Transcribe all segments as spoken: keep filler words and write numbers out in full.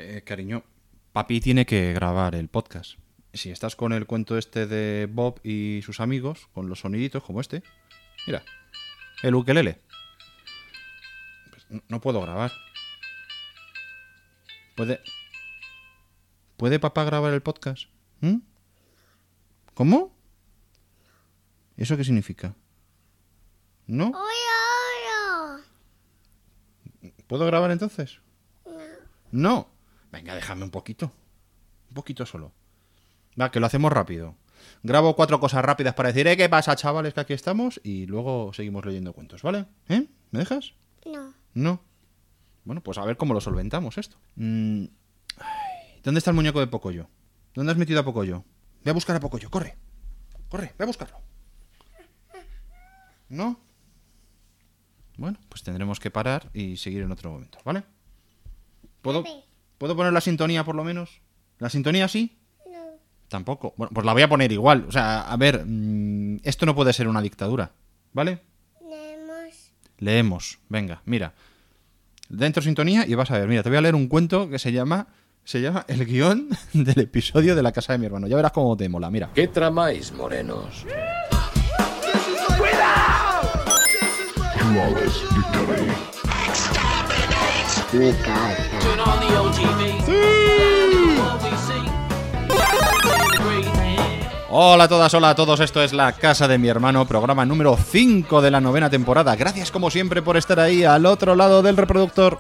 Eh, cariño, papi tiene que grabar el podcast. Si estás con el cuento este de Bob y sus amigos, con los soniditos como este, mira, el ukelele, pues no, no puedo grabar. ¿Puede... ¿Puede papá grabar el podcast? ¿Mm? ¿Cómo? ¿Eso qué significa? ¿No? Hola, hola. ¿Puedo grabar entonces? No. No. Venga, déjame un poquito. Un poquito solo. Va, que lo hacemos rápido. Grabo cuatro cosas rápidas para decir, ¿eh? ¿Qué pasa, chavales? Que aquí estamos. Y luego seguimos leyendo cuentos, ¿vale? ¿Eh? ¿Me dejas? No. No. Bueno, pues a ver cómo lo solventamos esto. Mm. Ay, ¿dónde está el muñeco de Pocoyo? ¿Dónde has metido a Pocoyo? Ve a buscar a Pocoyo, corre. Corre, ve a buscarlo. ¿No? Bueno, pues tendremos que parar y seguir en otro momento, ¿vale? ¿Puedo, ¿Puedo poner la sintonía por lo menos? ¿La sintonía sí? No. Tampoco. Bueno, pues la voy a poner igual. O sea, a ver, mmm, esto no puede ser una dictadura, ¿vale? Leemos. Leemos, venga, mira. Dentro sintonía y vas a ver, mira, te voy a leer un cuento que se llama... Se llama El guión del episodio de La casa de mi hermano. Ya verás cómo te mola, mira. ¿Qué tramáis, morenos? Mi casa. Hola a todas, hola a todos, esto es La Casa de mi Hermano, programa número cinco de la novena temporada. Gracias como siempre por estar ahí al otro lado del reproductor.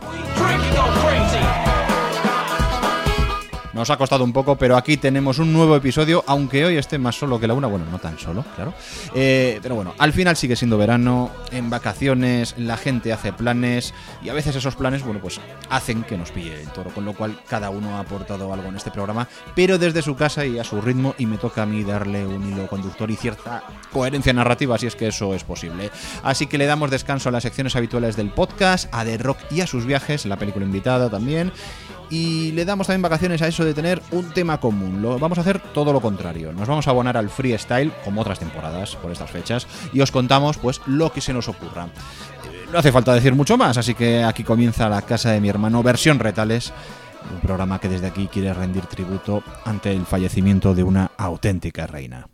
Nos ha costado un poco, pero aquí tenemos un nuevo episodio, aunque hoy esté más solo que la una. Bueno, no tan solo, claro. Eh, pero bueno, al final sigue siendo verano, en vacaciones, la gente hace planes y a veces esos planes, bueno, pues hacen que nos pille el toro, con lo cual cada uno ha aportado algo en este programa, pero desde su casa y a su ritmo, y me toca a mí darle un hilo conductor y cierta coherencia narrativa, si es que eso es posible. Así que le damos descanso a las secciones habituales del podcast, a The Rock y a sus viajes, la película invitada también. Y le damos también vacaciones a eso de tener un tema común. Lo vamos a hacer todo lo contrario. Nos vamos a abonar al freestyle, como otras temporadas, por estas fechas, y os contamos pues lo que se nos ocurra. Eh, no hace falta decir mucho más, así que aquí comienza La Casa de mi Hermano, versión Retales, un programa que desde aquí quiere rendir tributo ante el fallecimiento de una auténtica reina.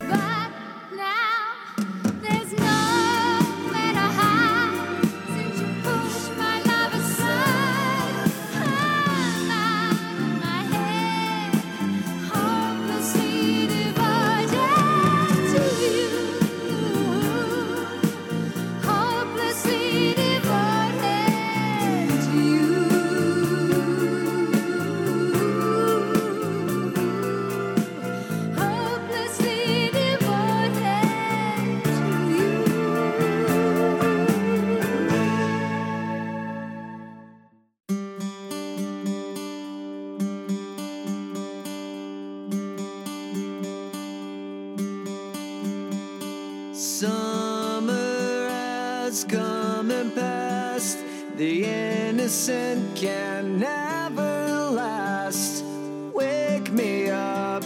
Summer has come and passed. The innocent can never last. Wake me up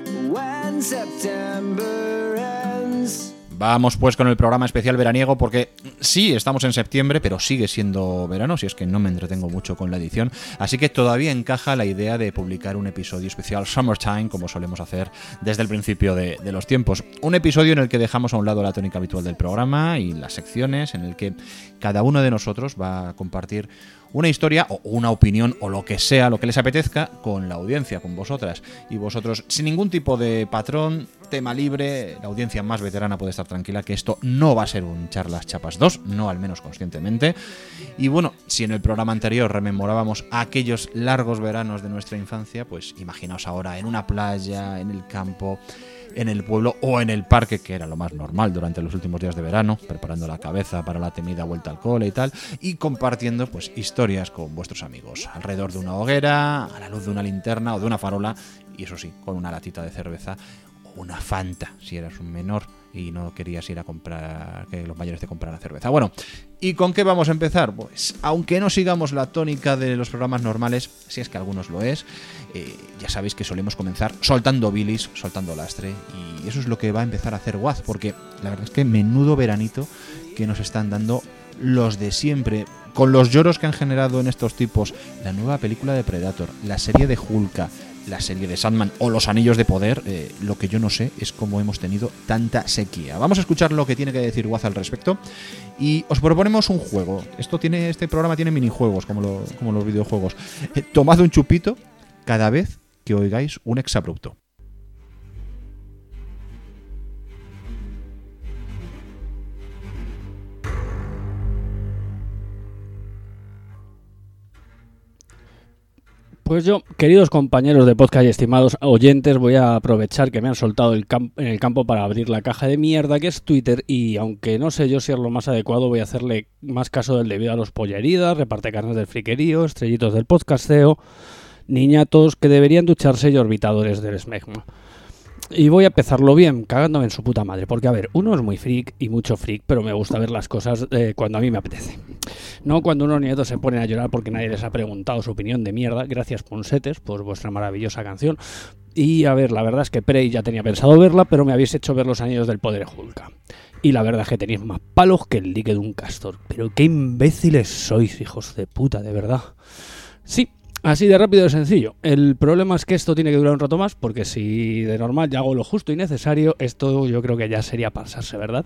when September ends. Vamos pues con el programa especial veraniego, porque sí, estamos en septiembre, pero sigue siendo verano, si es que no me entretengo mucho con la edición, así que todavía encaja la idea de publicar un episodio especial Summertime, como solemos hacer desde el principio de, de los tiempos. Un episodio en el que dejamos a un lado la tónica habitual del programa y las secciones, en el que cada uno de nosotros va a compartir una historia o una opinión o lo que sea, lo que les apetezca, con la audiencia, con vosotras. Y vosotros, sin ningún tipo de patrón, tema libre, la audiencia más veterana puede estar tranquila que esto no va a ser un Charlas Chapas dos, no al menos conscientemente. Y bueno, si en el programa anterior rememorábamos aquellos largos veranos de nuestra infancia, pues imaginaos ahora en una playa, en el campo, en el pueblo o en el parque, que era lo más normal durante los últimos días de verano, preparando la cabeza para la temida vuelta al cole y tal, y compartiendo pues historias con vuestros amigos, alrededor de una hoguera, a la luz de una linterna o de una farola, y eso sí, con una latita de cerveza o una Fanta, si eras un menor y no querías ir a comprar, que los mayores te compraran cerveza. Bueno, ¿y con qué vamos a empezar? Pues, aunque no sigamos la tónica de los programas normales, si es que algunos lo es, eh, ya sabéis que solemos comenzar soltando bilis, soltando lastre, y eso es lo que va a empezar a hacer Waz, porque la verdad es que menudo veranito que nos están dando los de siempre. con los lloros que han generado en estos tipos la nueva película de Predator, la serie de Hulka, la serie de Sandman o los Anillos de Poder, eh, lo que yo no sé es cómo hemos tenido tanta sequía. Vamos a escuchar lo que tiene que decir Guaz al respecto y os proponemos un juego. Esto tiene, este programa tiene minijuegos como, lo, como los videojuegos. Eh, tomad un chupito cada vez que oigáis un exabrupto. Pues yo, queridos compañeros de podcast y estimados oyentes, voy a aprovechar que me han soltado el camp- en el campo para abrir la caja de mierda que es Twitter y aunque no sé yo si es lo más adecuado, voy a hacerle más caso del debido a los polleridas, reparte carnes del friquerío, estrellitos del podcasteo, niñatos que deberían ducharse y orbitadores del esmegma. Y voy a empezarlo bien, cagándome en su puta madre, porque a ver, uno es muy freak y mucho freak, pero me gusta ver las cosas eh, cuando a mí me apetece. No cuando unos nietos se ponen a llorar porque nadie les ha preguntado su opinión de mierda. Gracias Ponsetes por vuestra maravillosa canción. Y a ver, la verdad es que Prey ya tenía pensado verla, pero me habéis hecho ver los Anillos del Poder de Hulka. Y la verdad es que tenéis más palos que el dique de un castor. Pero qué imbéciles sois, hijos de puta, de verdad. Sí. Así de rápido y sencillo. El problema es que esto tiene que durar un rato más, porque si de normal ya hago lo justo y necesario, esto yo creo que ya sería pasarse, ¿verdad?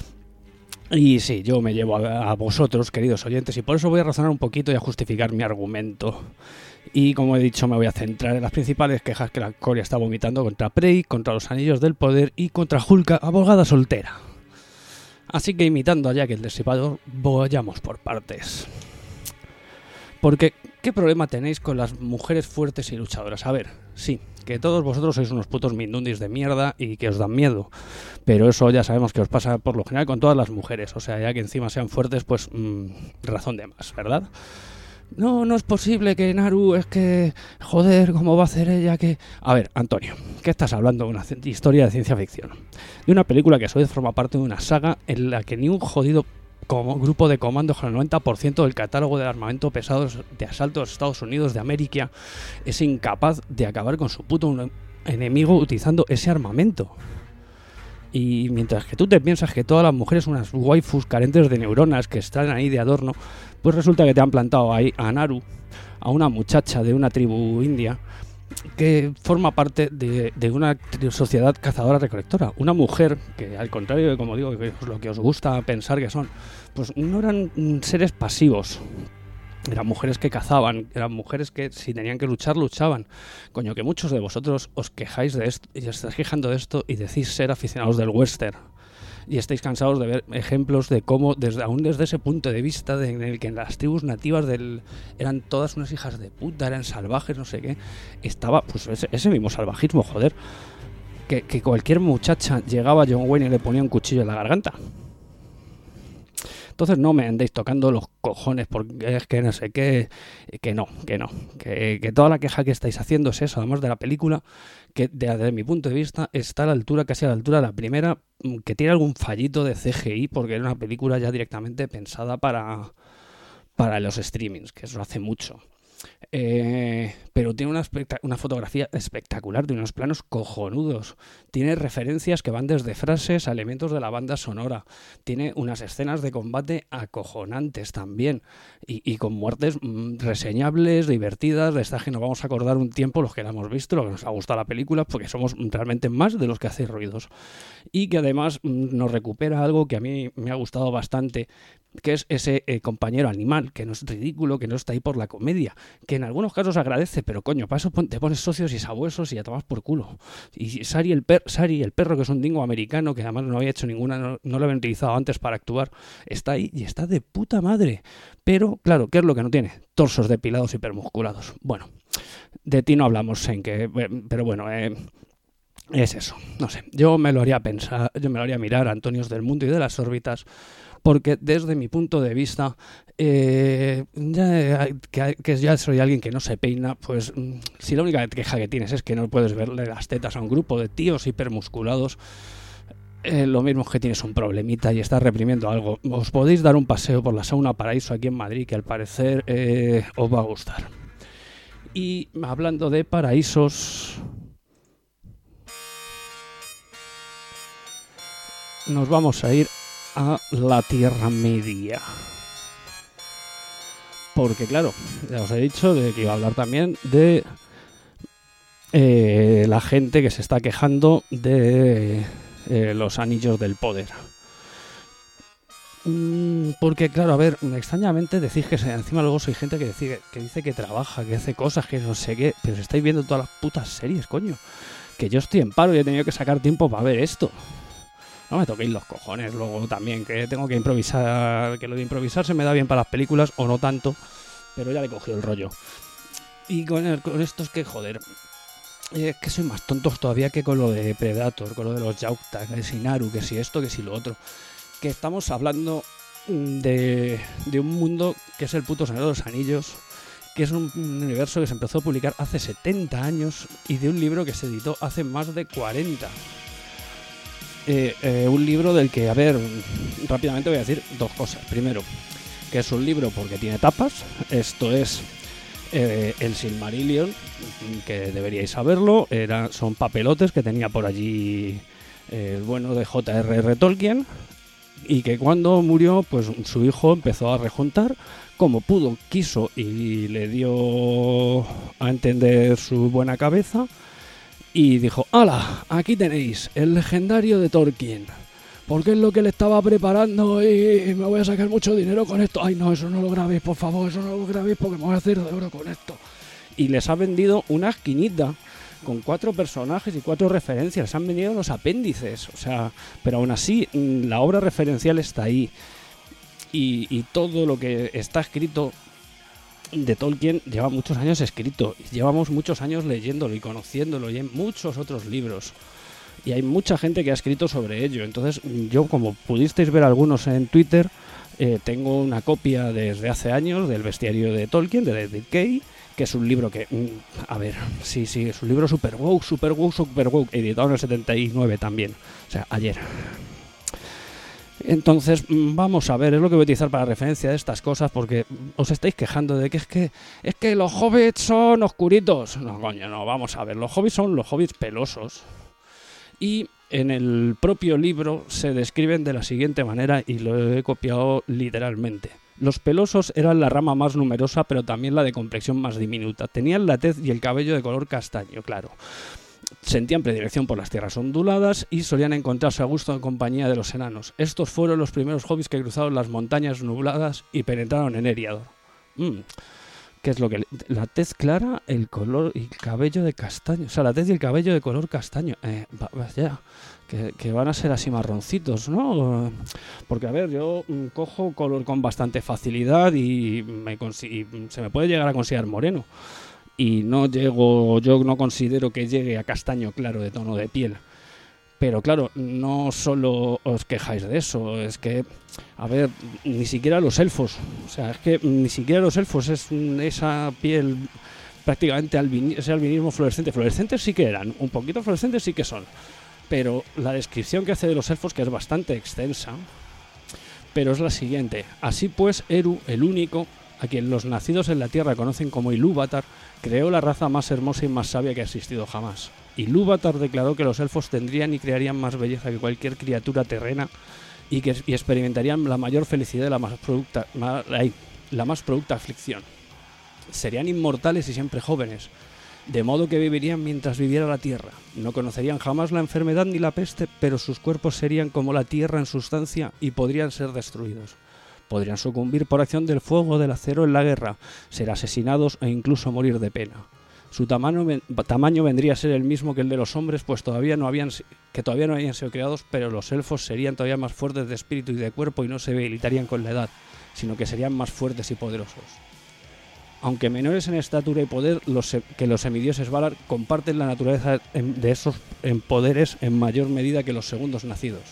Y sí, yo me llevo a, a vosotros, queridos oyentes, y por eso voy a razonar un poquito y a justificar mi argumento. Y como he dicho, me voy a centrar en las principales quejas que la Corea está vomitando contra Prey, contra los Anillos del Poder y contra Hulka, abogada soltera. Así que imitando a Jack el Destripador, vayamos por partes. Porque, ¿qué problema tenéis con las mujeres fuertes y luchadoras? A ver, sí, que todos vosotros sois unos putos mindundis de mierda y que os dan miedo. Pero eso ya sabemos que os pasa por lo general con todas las mujeres. O sea, ya que encima sean fuertes, pues mmm, razón de más, ¿verdad? No, no es posible que Naru, es que... Joder, ¿cómo va a hacer ella que...? A ver, Antonio, ¿qué estás hablando de una historia de ciencia ficción? De una película que a su vez forma parte de una saga en la que ni un jodido... como grupo de comandos con el noventa por ciento del catálogo del armamento pesado de asalto de los Estados Unidos de América es incapaz de acabar con su puto enemigo utilizando ese armamento. Y mientras que tú te piensas que todas las mujeres son unas waifus carentes de neuronas que están ahí de adorno, pues resulta que te han plantado ahí a Naru, a una muchacha de una tribu india que forma parte de, de una sociedad cazadora-recolectora. Una mujer que, al contrario de como digo, que es lo que os gusta pensar que son, pues no eran seres pasivos. Eran mujeres que cazaban, eran mujeres que si tenían que luchar, luchaban. Coño, que muchos de vosotros os quejáis de esto, y os estáis quejando de esto y decís ser aficionados del western. Y estáis cansados de ver ejemplos de cómo, desde, aún desde ese punto de vista de, en el que en las tribus nativas del, eran todas unas hijas de puta, eran salvajes, no sé qué, estaba pues ese, ese mismo salvajismo, joder. Que, que cualquier muchacha llegaba a John Wayne y le ponía un cuchillo en la garganta. Entonces no me andéis tocando los cojones porque es que no sé qué, que no, que no, que, que toda la queja que estáis haciendo es eso, además de la película, que desde mi punto de vista está a la altura, casi a la altura de la primera, que tiene algún fallito de C G I porque era una película ya directamente pensada para, para los streamings, que eso hace mucho. Eh, pero tiene una, una fotografía espectacular, tiene unos planos cojonudos, tiene referencias que van desde frases a elementos de la banda sonora, tiene unas escenas de combate acojonantes también y, y con muertes mm, reseñables, divertidas, de estas que nos vamos a acordar un tiempo los que la hemos visto, los que nos ha gustado la película, porque somos realmente más de los que hacen ruidos y que además mm, nos recupera algo que a mí me ha gustado bastante, que es ese eh, compañero animal, que no es ridículo, que no está ahí por la comedia, que en algunos casos agradece, pero coño, para eso te pones socios y sabuesos y ya tomas por culo. Y Sari el, per Sari, el perro, que es un dingo americano, que además no había hecho ninguna, no, no lo habían utilizado antes para actuar, está ahí y está de puta madre. Pero, claro, ¿qué es lo que no tiene? Torsos depilados hipermusculados. Bueno, de ti no hablamos, en que, pero bueno, eh, es eso, no sé. Yo me lo haría pensar, yo me lo haría mirar a Antonios del Mundo y de las órbitas, porque desde mi punto de vista, eh, ya, que, que ya soy alguien que no se peina, pues si la única queja que tienes es que no puedes verle las tetas a un grupo de tíos hipermusculados, eh, lo mismo es que tienes un problemita y estás reprimiendo algo. Os podéis dar un paseo por la Sauna Paraíso aquí en Madrid, que al parecer eh, os va a gustar. Y hablando de paraísos, nos vamos a ir a la Tierra Media. porque claro, ya os he dicho de que iba a hablar también de eh, la gente que se está quejando de eh, los anillos del poder. Mm, porque claro, a ver, extrañamente decís que se, encima luego soy gente que dice, que dice que trabaja, que hace cosas, que no sé qué, pero estáis viendo todas las putas series, coño. Que yo estoy en paro y he tenido que sacar tiempo para ver esto. No me toquéis los cojones luego también, que tengo que improvisar, que lo de improvisar se me da bien para las películas, o no tanto, pero ya le he cogido el rollo. Y con, el, con esto es que, joder, es eh, que soy más tontos todavía que con lo de Predator, con lo de los Yautja, que si Naru, que si esto, que si lo otro. Que estamos hablando de, de un mundo que es el puto Señor de los Anillos, que es un universo que se empezó a publicar hace setenta años y de un libro que se editó hace más de cuarenta. Eh, eh, un libro del que, a ver, rápidamente voy a decir dos cosas. Primero, que es un libro porque tiene tapas. Esto es eh, el Silmarillion, que deberíais saberlo. Era, son papelotes que tenía por allí eh, el bueno de J R R Tolkien, y que cuando murió, pues su hijo empezó a rejuntar como pudo, quiso, y le dio a entender su buena cabeza. Y dijo, ¡hala! Aquí tenéis el legendario de Tolkien, porque es lo que le estaba preparando y me voy a sacar mucho dinero con esto. Ay, no, eso no lo grabéis, por favor, eso no lo grabéis porque me voy a hacer de oro con esto. Y les ha vendido una esquinita con cuatro personajes y cuatro referencias. Les han vendido los apéndices, o sea, pero aún así la obra referencial está ahí. Y, y todo lo que está escrito de Tolkien lleva muchos años escrito, llevamos muchos años leyéndolo y conociéndolo, y hay muchos otros libros y hay mucha gente que ha escrito sobre ello. Entonces yo, como pudisteis ver algunos en Twitter, eh, tengo una copia desde hace años del bestiario de Tolkien, de David Kay, que es un libro que, a ver, sí, sí, es un libro super woke, super woke, super woke, editado en el setenta y nueve también, o sea, ayer. Entonces, vamos a ver, es lo que voy a utilizar para referencia de estas cosas, porque os estáis quejando de que es que es que los hobbits son oscuritos. No, coño, no, vamos a ver, los hobbits son los hobbits pelosos. Y en el propio libro se describen de la siguiente manera, y lo he copiado literalmente. Los pelosos eran la rama más numerosa, pero también la de complexión más diminuta. Tenían la tez y el cabello de color castaño, claro. Sentían predilección por las tierras onduladas y solían encontrarse a gusto en compañía de los enanos. Estos fueron los primeros hobbits que cruzaron las montañas nubladas y penetraron en Eriador. Mm. ¿Qué es lo que...? La tez clara, el color y el cabello de castaño. O sea, la tez y el cabello de color castaño. Eh, vaya, que, que van a ser así marroncitos, ¿no? Porque, a ver, yo mm, cojo color con bastante facilidad y, me y se me puede llegar a considerar moreno. Y no llego, yo no considero que llegue a castaño claro de tono de piel. Pero claro, no solo os quejáis de eso, es que, a ver, ni siquiera los elfos, o sea, es que ni siquiera los elfos es esa piel prácticamente albini, ese albinismo fluorescente. Fluorescentes sí que eran, un poquito fluorescentes sí que son, pero la descripción que hace de los elfos, que es bastante extensa, pero es la siguiente. Así pues, Eru, el único, a quien los nacidos en la tierra conocen como Ilúvatar, creó la raza más hermosa y más sabia que ha existido jamás. Ilúvatar declaró que los elfos tendrían y crearían más belleza que cualquier criatura terrena y que y experimentarían la mayor felicidad y la más producta, ma, ay, la más producta aflicción. Serían inmortales y siempre jóvenes, de modo que vivirían mientras viviera la tierra. No conocerían jamás la enfermedad ni la peste, pero sus cuerpos serían como la tierra en sustancia y podrían ser destruidos. Podrían sucumbir por acción del fuego o del acero en la guerra, ser asesinados e incluso morir de pena. Su tamaño, tamaño vendría a ser el mismo que el de los hombres, pues todavía no habían, que todavía no habían sido creados, pero los elfos serían todavía más fuertes de espíritu y de cuerpo y no se debilitarían con la edad, sino que serían más fuertes y poderosos. Aunque menores en estatura y poder los, que los semidioses Valar, comparten la naturaleza de esos poderes en mayor medida que los segundos nacidos.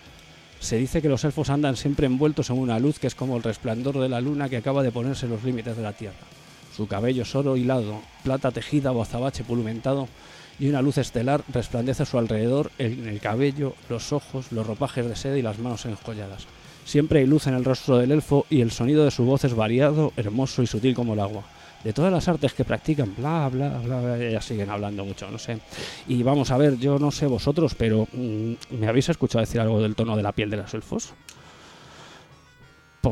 Se dice que los elfos andan siempre envueltos en una luz que es como el resplandor de la luna que acaba de ponerse en los límites de la tierra. Su cabello es oro hilado, plata tejida o azabache pulumentado, y una luz estelar resplandece a su alrededor en el cabello, los ojos, los ropajes de seda y las manos enjolladas. Siempre hay luz en el rostro del elfo y el sonido de su voz es variado, hermoso y sutil como el agua. De todas las artes que practican, bla, bla, bla, bla, ya siguen hablando mucho, no sé. Y vamos a ver, yo no sé vosotros, pero mmm, ¿me habéis escuchado decir algo del tono de la piel de los elfos?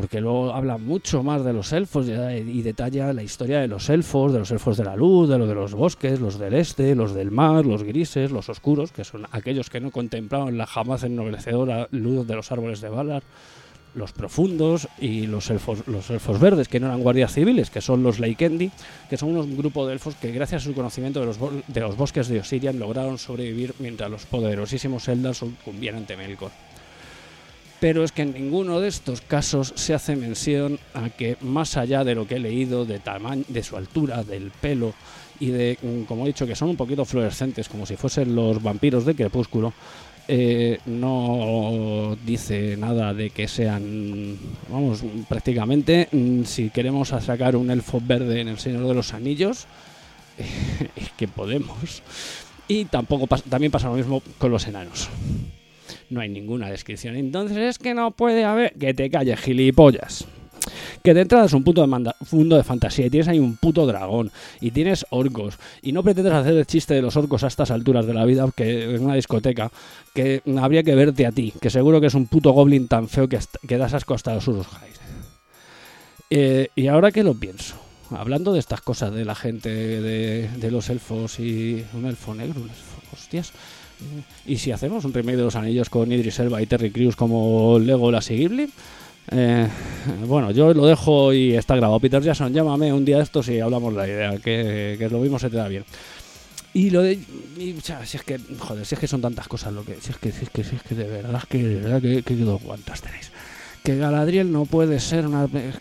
porque luego habla mucho más de los elfos y, y detalla la historia de los elfos, de los elfos de la luz, de los de los bosques, los del este, los del mar, los grises, los oscuros, que son aquellos que no contemplaban la jamás ennoblecedora luz de los árboles de Valar, los profundos y los elfos, los elfos verdes, que no eran guardias civiles, que son los Leikendi, que son un grupo de elfos que gracias a su conocimiento de los, de los bosques de Osirian lograron sobrevivir mientras los poderosísimos Eldar sucumbían ante Melkor. Pero es que en ninguno de estos casos se hace mención a que, más allá de lo que he leído, de tamaño, de su altura, del pelo y de, como he dicho, que son un poquito fluorescentes, como si fuesen los vampiros de Crepúsculo, eh, no dice nada de que sean, vamos, prácticamente, si queremos sacar un elfo verde en El Señor de los Anillos, eh, es que podemos. Y tampoco pas- también pasa lo mismo con los enanos. No hay ninguna descripción. Entonces es que no puede haber... Que te calles, gilipollas. Que de entrada es un punto de manda... mundo de fantasía y tienes ahí un puto dragón y tienes orcos y no pretendes hacer el chiste de los orcos a estas alturas de la vida, que en una discoteca, que habría que verte a ti, que seguro que es un puto goblin tan feo que, hasta... que das asco hasta los Uruk-hai. Eh, y ahora que lo pienso, hablando de estas cosas de la gente, de, de los elfos y un elfo negro, un elfo... hostias... ¿Y si hacemos un remake de Los Anillos con Idris Elba y Terry Crews como Legolas y Gimli? Eh, bueno, yo lo dejo y está grabado. Peter Jackson, llámame un día de estos y hablamos la idea, que, que lo mismo se te da bien. Y lo de... Y, o sea, si es que, joder, si es que son tantas cosas lo que... Si es que, si es que, si es que de verdad, que de verdad, que, que dos guantas tenéis. Que Galadriel no puede ser una... Ay,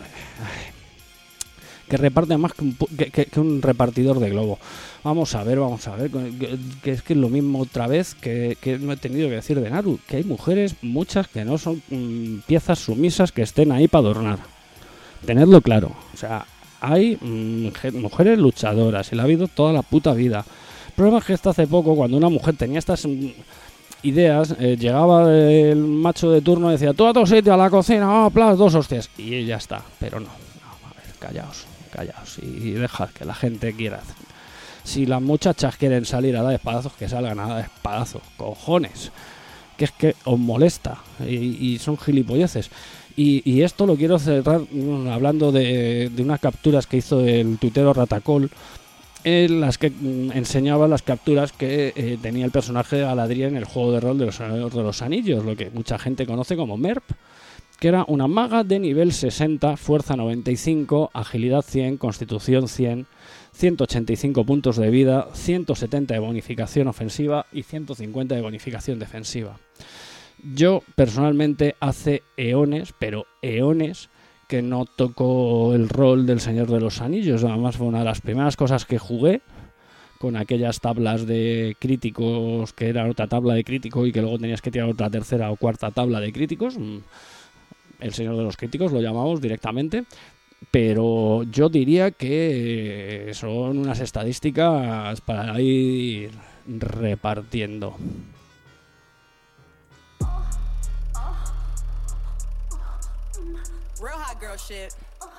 que reparte más que un, que, que, que un repartidor de globo. Vamos a ver, vamos a ver, que, que es que es lo mismo otra vez que, que no he tenido que decir de Naru, que hay mujeres, muchas, que no son mmm, piezas sumisas que estén ahí para adornar. Tenedlo claro, o sea, hay mmm, mujeres luchadoras, y la ha habido toda la puta vida. El problema es que hasta hace poco, cuando una mujer tenía estas mmm, ideas, eh, llegaba el macho de turno y decía, tú a tu sitio, a la cocina, oh, plas, dos hostias, y ya está, pero no, no, a ver, callaos. Callaos y dejad que la gente quiera. Si las muchachas quieren salir a dar espadazos, que salgan a dar espadazos, cojones, que es que os molesta y, y son gilipolleces. Y, y esto lo quiero cerrar mm, hablando de, de unas capturas que hizo el tuitero Ratacol, en las que mm, enseñaba las capturas que eh, tenía el personaje de Galadriel en el juego de rol de los, de los Anillos, lo que mucha gente conoce como MERP, que era una maga de nivel sesenta, fuerza noventa y cinco, agilidad cien, constitución cien, ciento ochenta y cinco puntos de vida, ciento setenta de bonificación ofensiva y ciento cincuenta de bonificación defensiva. Yo, personalmente, hace eones, pero eones, que no toco el rol del Señor de los Anillos. Además fue una de las primeras cosas que jugué, con aquellas tablas de críticos, que era otra tabla de crítico y que luego tenías que tirar otra tercera o cuarta tabla de críticos. El Señor de los Críticos lo llamamos directamente, pero yo diría que son unas estadísticas para ir repartiendo. Real hot girl shit.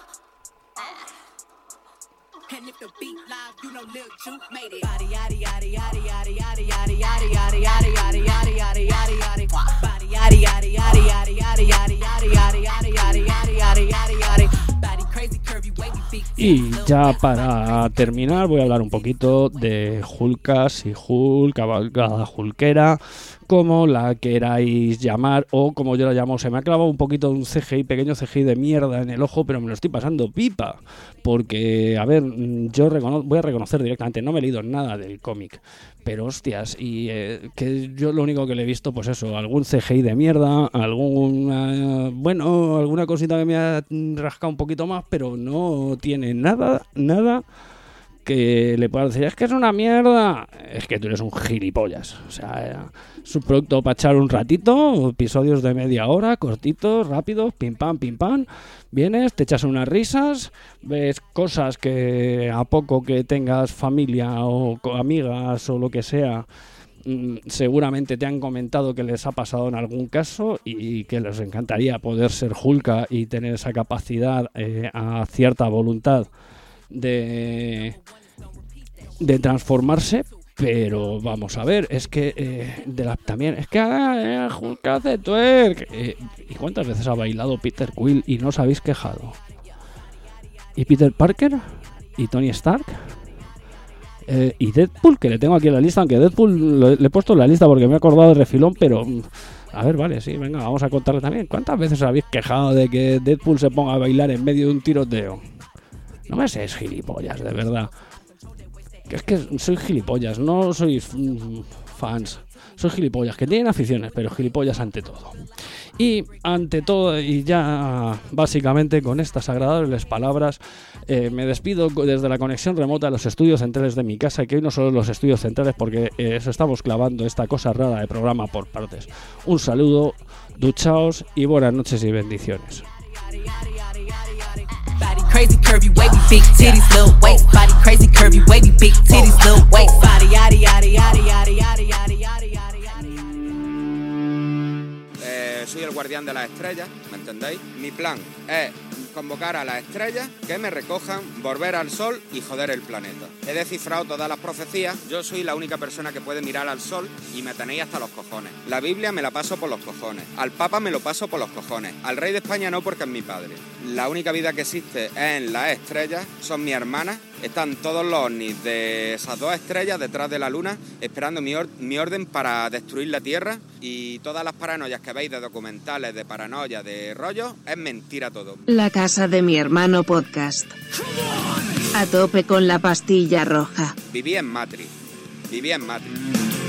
And if the beat live, you know Lil Juke made it. Body yaddy yaddy yaddy yaddy yaddy yaddy yaddy yaddy yaddy yaddy yaddy yaddy yaddy yaddy. Body yaddy yaddy yaddy yaddy yaddy yaddy yaddy yaddy yaddy yaddy yaddy yaddy yaddy yaddy. Body crazy curvy wavy big. Y ya para terminar voy a hablar un poquito de Hulkas y Hulk, cabalgada Hulkera, como la queráis llamar, o como yo la llamo. Se me ha clavado un poquito un C G I, pequeño C G I de mierda en el ojo, pero me lo estoy pasando pipa, porque, a ver, yo recono- voy a reconocer directamente, no me he leído nada del cómic, pero hostias, y eh, que yo lo único que le he visto, pues eso, algún C G I de mierda, alguna, bueno, alguna cosita que me ha rascado un poquito más, pero no tiene nada, nada que le pueda decir, es que es una mierda. Es que tú eres un gilipollas. O sea, es un producto para echar un ratito, episodios de media hora, cortitos, rápidos, pim pam, pim pam. Vienes, te echas unas risas, ves cosas que a poco que tengas familia o amigas o lo que sea, seguramente te han comentado que les ha pasado en algún caso y que les encantaría poder ser Hulka y tener esa capacidad eh, a cierta voluntad de, de transformarse, Pero vamos a ver, es que eh, de la, también, es que ah, Hulk hace twerk. Eh, ¿Y cuántas veces ha bailado Peter Quill y no os habéis quejado? ¿Y Peter Parker? ¿Y Tony Stark? Eh, ¿Y Deadpool? Que le tengo aquí en la lista, aunque Deadpool lo, le he puesto en la lista porque me he acordado de refilón, pero... A ver, vale, sí, venga, vamos a contarle también. ¿Cuántas veces os habéis quejado de que Deadpool se ponga a bailar en medio de un tiroteo? No me seáis gilipollas, de verdad. Que es que soy gilipollas, no sois mm, fans. Soy gilipollas, que tienen aficiones, pero gilipollas ante todo. Y ante todo, y ya básicamente con estas agradables palabras, eh, me despido desde la conexión remota de los estudios centrales de mi casa, que hoy no solo los estudios centrales, porque eh, eso estamos clavando esta cosa rara de programa por partes. Un saludo, duchaos y buenas noches y bendiciones. Body crazy, curvy, wavy, big titties, little waist. Body crazy, curvy, wavy, big titties, little waist. Body yaddy yaddy yaddy yaddy yaddy yaddy yaddy yaddy yaddy. Eh, soy el guardián de las estrellas, ¿me entendéis? Mi plan es convocar a las estrellas que me recojan, volver al sol y joder el planeta. He descifrado todas las profecías, yo soy la única persona que puede mirar al sol y me tenéis hasta los cojones. La Biblia me la paso por los cojones, al Papa me lo paso por los cojones, al rey de España no porque es mi padre. La única vida que existe es en las estrellas, son mis hermanas, están todos los ovnis de esas dos estrellas detrás de la luna esperando mi, or- mi orden para destruir la Tierra, y todas las paranoias que veis de documentales, de paranoia, de rollo, es mentira todo. La casa de mi hermano podcast. A tope con la pastilla roja. Viví en Matrix, viví en Matrix.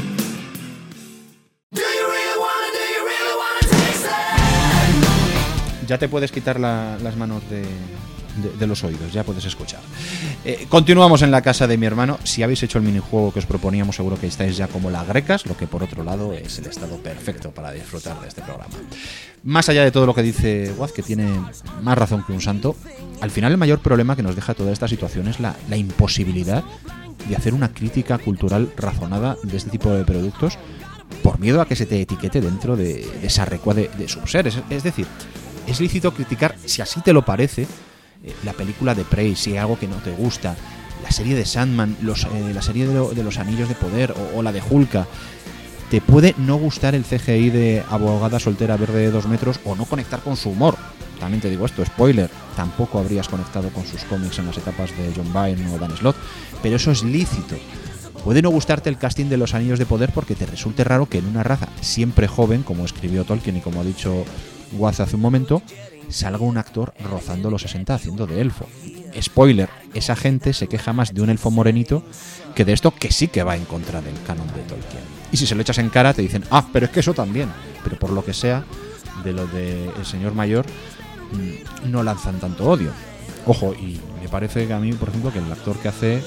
Ya te puedes quitar la- las manos de, de, de los oídos, ya puedes escuchar. Eh, continuamos en la casa de mi hermano. Si habéis hecho el minijuego que os proponíamos, seguro que estáis ya como las grecas, lo que por otro lado es el estado perfecto para disfrutar de este programa. Más allá de todo lo que dice Waz, que tiene más razón que un santo, al final el mayor problema que nos deja toda esta situación es la, la imposibilidad de hacer una crítica cultural razonada de este tipo de productos por miedo a que se te etiquete dentro de, de esa recua de, de subseres. Es decir, es lícito criticar, si así te lo parece, eh, la película de Prey, si hay algo que no te gusta, la serie de Sandman, los, eh, la serie de, lo, de los Anillos de Poder o, o la de Hulka. Te puede no gustar el C G I de abogada soltera verde de dos metros o no conectar con su humor. También te digo esto, spoiler, tampoco habrías conectado con sus cómics en las etapas de John Byrne o Dan Slott, pero eso es lícito. Puede no gustarte el casting de los Anillos de Poder porque te resulte raro que en una raza siempre joven, como escribió Tolkien y como ha dicho Waz hace un momento, salga un actor rozando los sesenta haciendo de elfo. Spoiler, esa gente se queja más de un elfo morenito que de esto, que sí que va en contra del canon de Tolkien. Y si se lo echas en cara te dicen, ah, pero es que eso también. Pero por lo que sea, de lo del señor mayor, mmm, no lanzan tanto odio. Ojo, y me parece que a mí, por ejemplo, que el actor que hace...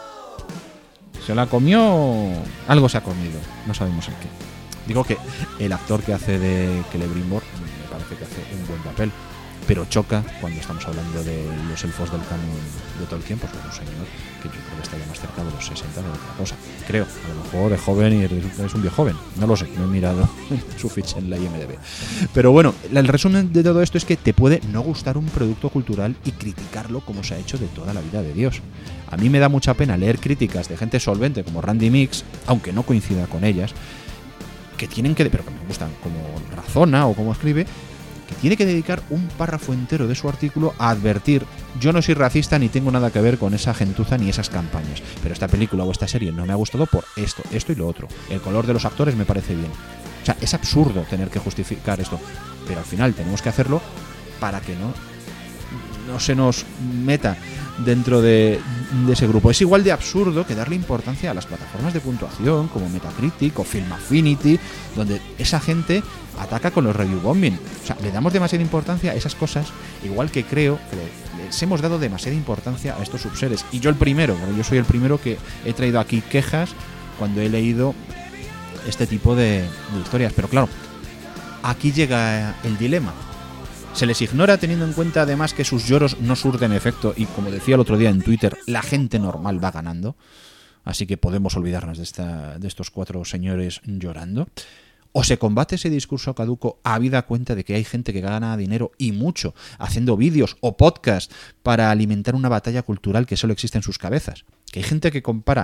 ¿Se la comió? Algo se ha comido, no sabemos el qué. Digo que el actor que hace de Celebrimbor me parece que hace un buen papel, pero choca cuando estamos hablando de los elfos del canon de Tolkien, pues es un señor que yo creo que está ya más cerca de los sesenta de otra cosa. Creo, a lo mejor de joven y es un viejo joven, no lo sé, no he mirado su ficha en la I M D B. Pero bueno, el resumen de todo esto es que te puede no gustar un producto cultural y criticarlo como se ha hecho de toda la vida de Dios. A mí me da mucha pena leer críticas de gente solvente como Randy Mix, aunque no coincida con ellas, que tienen que, pero que me gustan como razona o como escribe, que tiene que dedicar un párrafo entero de su artículo a advertir: yo no soy racista ni tengo nada que ver con esa gentuza ni esas campañas, pero esta película o esta serie no me ha gustado por esto, esto y lo otro. El color de los actores me parece bien. O sea, es absurdo tener que justificar esto, pero al final tenemos que hacerlo para que no, no se nos meta dentro de, de ese grupo. Es igual de absurdo que darle importancia a las plataformas de puntuación como Metacritic o Film Affinity, donde esa gente ataca con los review bombing. O sea, le damos demasiada importancia a esas cosas, igual que creo que le, les hemos dado demasiada importancia a estos subseres. Y yo el primero, porque yo soy el primero que he traído aquí quejas cuando he leído este tipo de, de historias. Pero claro, aquí llega el dilema. Se les ignora teniendo en cuenta además que sus lloros no surten efecto y, como decía el otro día en Twitter, la gente normal va ganando. Así que podemos olvidarnos de, esta, de estos cuatro señores llorando. O se combate ese discurso caduco habida cuenta de que hay gente que gana dinero y mucho haciendo vídeos o podcasts para alimentar una batalla cultural que solo existe en sus cabezas. Que hay gente que compara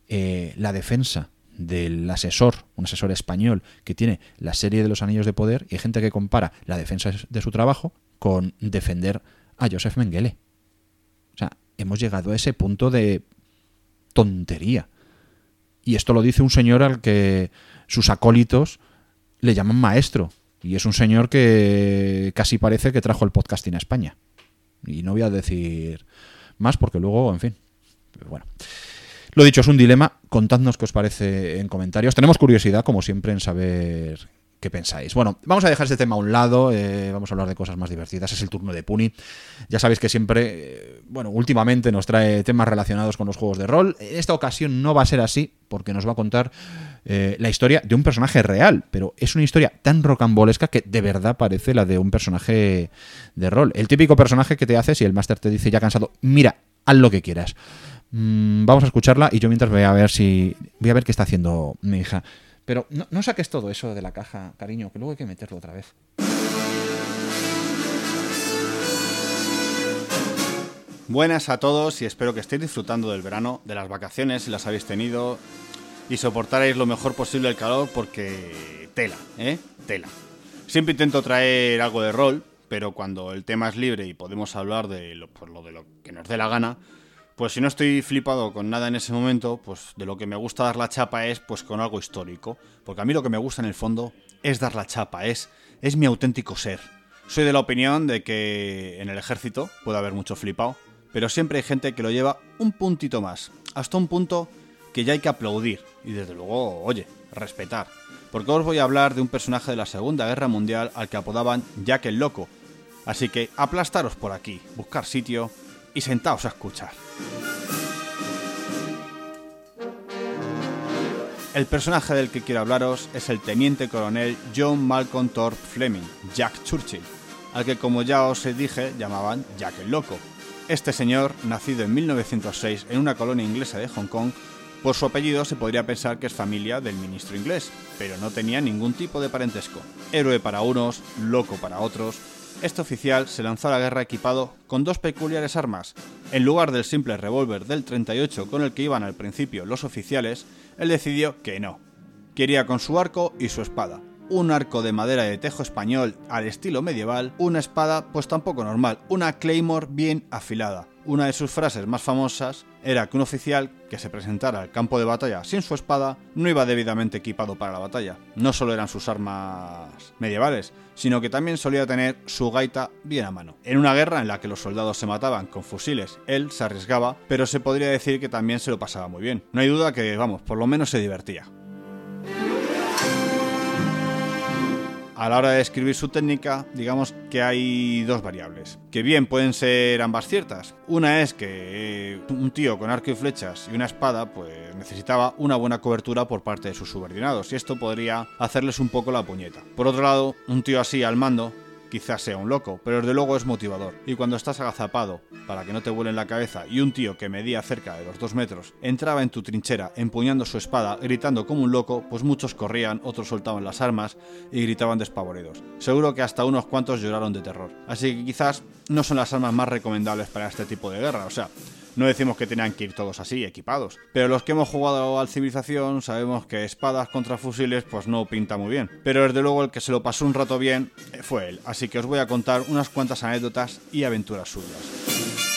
eh, la defensa del asesor, un asesor español que tiene la serie de los Anillos de Poder, y hay gente que compara la defensa de su trabajo con defender a Joseph Mengele. O sea, hemos llegado a ese punto de tontería. Y esto lo dice un señor al que sus acólitos le llaman maestro. Y es un señor que casi parece que trajo el podcasting a España. Y no voy a decir más porque luego, en fin. Bueno. Lo dicho, es un dilema. Contadnos qué os parece en comentarios. Tenemos curiosidad, como siempre, en saber qué pensáis. Bueno, vamos a dejar este tema a un lado. Eh, vamos a hablar de cosas más divertidas. Es el turno de Puni. Ya sabéis que siempre, eh, bueno, últimamente nos trae temas relacionados con los juegos de rol. En esta ocasión no va a ser así, porque nos va a contar eh, la historia de un personaje real. Pero es una historia tan rocambolesca que de verdad parece la de un personaje de rol. El típico personaje que te haces y el máster te dice ya cansado, mira, haz lo que quieras. Mm, vamos a escucharla y yo mientras voy a ver si voy a ver qué está haciendo mi hija. Pero no, no saques todo eso de la caja, cariño, que luego hay que meterlo otra vez. Buenas a todos y espero que estéis disfrutando del verano, de las vacaciones si las habéis tenido, y soportaréis lo mejor posible el calor porque tela, ¿eh? Tela. Siempre intento traer algo de rol, pero cuando el tema es libre y podemos hablar de lo, pues lo de lo que nos dé la gana, pues si no estoy flipado con nada en ese momento, pues de lo que me gusta dar la chapa es pues con algo histórico. Porque a mí lo que me gusta en el fondo es dar la chapa, es, es mi auténtico ser. Soy de la opinión de que en el ejército puede haber mucho flipado, pero siempre hay gente que lo lleva un puntito más, hasta un punto que ya hay que aplaudir y desde luego, oye, respetar. Porque os voy a hablar de un personaje de la Segunda Guerra Mundial al que apodaban Jack el Loco. Así que aplastaros por aquí, buscar sitio y sentaos a escuchar. El personaje del que quiero hablaros es el teniente coronel John Malcolm Thorpe Fleming, Jack Churchill, al que como ya os dije llamaban Jack el Loco. Este señor, nacido en mil novecientos seis en una colonia inglesa de Hong Kong, por su apellido se podría pensar que es familia del ministro inglés, pero no tenía ningún tipo de parentesco. Héroe para unos, loco para otros, este oficial se lanzó a la guerra equipado con dos peculiares armas. En lugar del simple revólver del treinta y ocho con el que iban al principio los oficiales, él decidió que no. Quería con su arco y su espada. Un arco de madera de tejo español al estilo medieval, una espada pues tampoco normal, una Claymore bien afilada. Una de sus frases más famosas era que un oficial que se presentara al campo de batalla sin su espada no iba debidamente equipado para la batalla. No solo eran sus armas medievales, sino que también solía tener su gaita bien a mano. En una guerra en la que los soldados se mataban con fusiles, él se arriesgaba, pero se podría decir que también se lo pasaba muy bien. No hay duda que, vamos, por lo menos se divertía. A la hora de describir su técnica, digamos que hay dos variables, que bien pueden ser ambas ciertas. Una es que un tío con arco y flechas y una espada pues necesitaba una buena cobertura por parte de sus subordinados, y esto podría hacerles un poco la puñeta. Por otro lado, un tío así al mando quizás sea un loco, pero desde luego es motivador. Y cuando estás agazapado para que no te vuelen la cabeza y un tío que medía cerca de los dos metros entraba en tu trinchera empuñando su espada, gritando como un loco, pues muchos corrían, otros soltaban las armas y gritaban despavoridos. Seguro que hasta unos cuantos lloraron de terror. Así que quizás no son las armas más recomendables para este tipo de guerra, o sea, no decimos que tenían que ir todos así, equipados. Pero los que hemos jugado al Civilización sabemos que espadas contra fusiles pues no pinta muy bien. Pero desde luego el que se lo pasó un rato bien fue él. Así que os voy a contar unas cuantas anécdotas y aventuras suyas.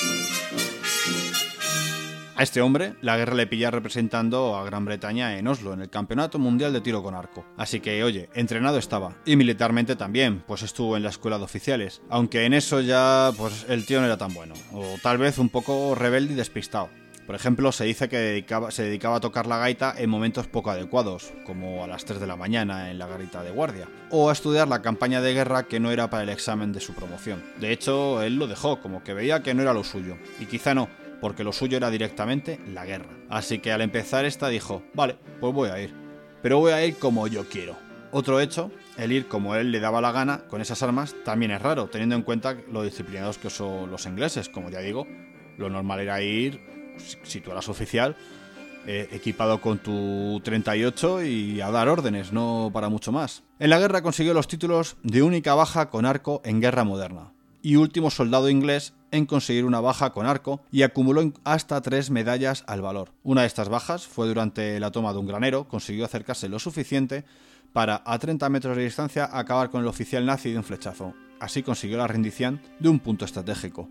A este hombre, la guerra le pilla representando a Gran Bretaña en Oslo, en el Campeonato Mundial de Tiro con Arco. Así que, oye, entrenado estaba. Y militarmente también, pues estuvo en la escuela de oficiales. Aunque en eso ya, pues el tío no era tan bueno. O tal vez un poco rebelde y despistado. Por ejemplo, se dice que dedicaba, se dedicaba a tocar la gaita en momentos poco adecuados, como a las tres de la mañana en la garita de guardia, o a estudiar la campaña de guerra que no era para el examen de su promoción. De hecho, él lo dejó, como que veía que no era lo suyo. Y quizá no, porque lo suyo era directamente la guerra. Así que al empezar esta dijo, vale, pues voy a ir. Pero voy a ir como yo quiero. Otro hecho, el ir como él le daba la gana con esas armas, también es raro, teniendo en cuenta lo disciplinados que son los ingleses. Como ya digo, lo normal era ir, si tú eras oficial, eh, equipado con tu treinta y ocho y a dar órdenes, no para mucho más. En la guerra consiguió los títulos de única baja con arco en guerra moderna. y último soldado inglés en conseguir una baja con arco y acumuló hasta tres medallas al valor. Una de estas bajas fue durante la toma de un granero, consiguió acercarse lo suficiente para a treinta metros de distancia acabar con el oficial nazi de un flechazo. Así consiguió la rendición de un punto estratégico.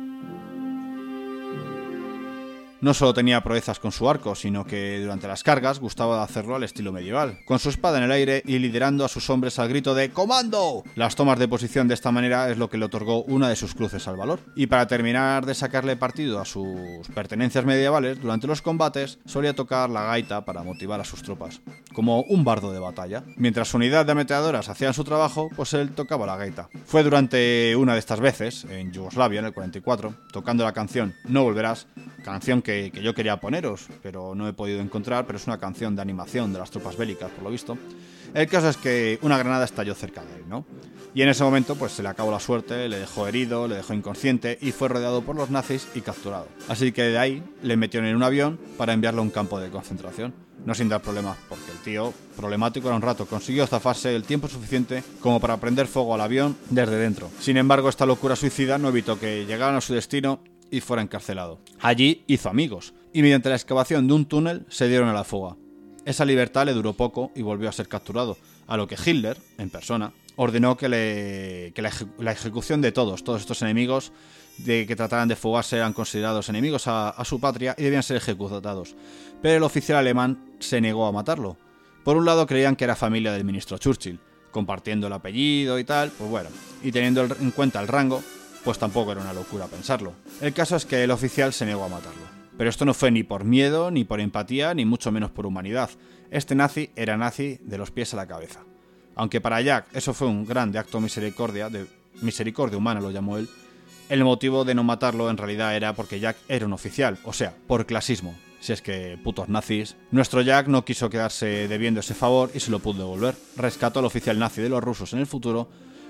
No solo tenía proezas con su arco, sino que durante las cargas gustaba de hacerlo al estilo medieval, con su espada en el aire y liderando a sus hombres al grito de ¡Comando! Las tomas de posición de esta manera es lo que le otorgó una de sus cruces al valor. Y para terminar de sacarle partido a sus pertenencias medievales, durante los combates solía tocar la gaita para motivar a sus tropas, como un bardo de batalla. Mientras su unidad de ametralladoras hacían su trabajo, pues él tocaba la gaita. Fue durante una de estas veces, en Yugoslavia, en el cuarenta y cuatro, tocando la canción No Volverás, canción que Que, que yo quería poneros, pero no he podido encontrar, pero es una canción de animación de las tropas bélicas, por lo visto. El caso es que una granada estalló cerca de él, ¿no? Y en ese momento pues se le acabó la suerte, le dejó herido, le dejó inconsciente y fue rodeado por los nazis y capturado. Así que de ahí le metieron en un avión para enviarlo a un campo de concentración. No sin dar problemas, porque el tío, problemático era un rato, consiguió zafarse el tiempo suficiente como para prender fuego al avión desde dentro. Sin embargo, esta locura suicida no evitó que llegaran a su destino y fuera encarcelado. Allí hizo amigos, y mediante la excavación de un túnel se dieron a la fuga. Esa libertad le duró poco y volvió a ser capturado, a lo que Hitler, en persona, ordenó que, le, que la, eje, la ejecución de todos, todos estos enemigos de que trataran de fugarse eran considerados enemigos a, a su patria y debían ser ejecutados. Pero el oficial alemán se negó a matarlo. Por un lado creían que era familia del ministro Churchill, compartiendo el apellido y tal, pues bueno, y teniendo en cuenta el rango, pues tampoco era una locura pensarlo. El caso es que el oficial se negó a matarlo. Pero esto no fue ni por miedo, ni por empatía, ni mucho menos por humanidad. Este nazi era nazi de los pies a la cabeza. Aunque para Jack eso fue un grande acto de misericordia, de misericordia humana lo llamó él, el motivo de no matarlo en realidad era porque Jack era un oficial, o sea, por clasismo. Si es que putos nazis. Nuestro Jack no quiso quedarse debiendo ese favor y se lo pudo devolver. Rescató al oficial nazi de los rusos en el futuro.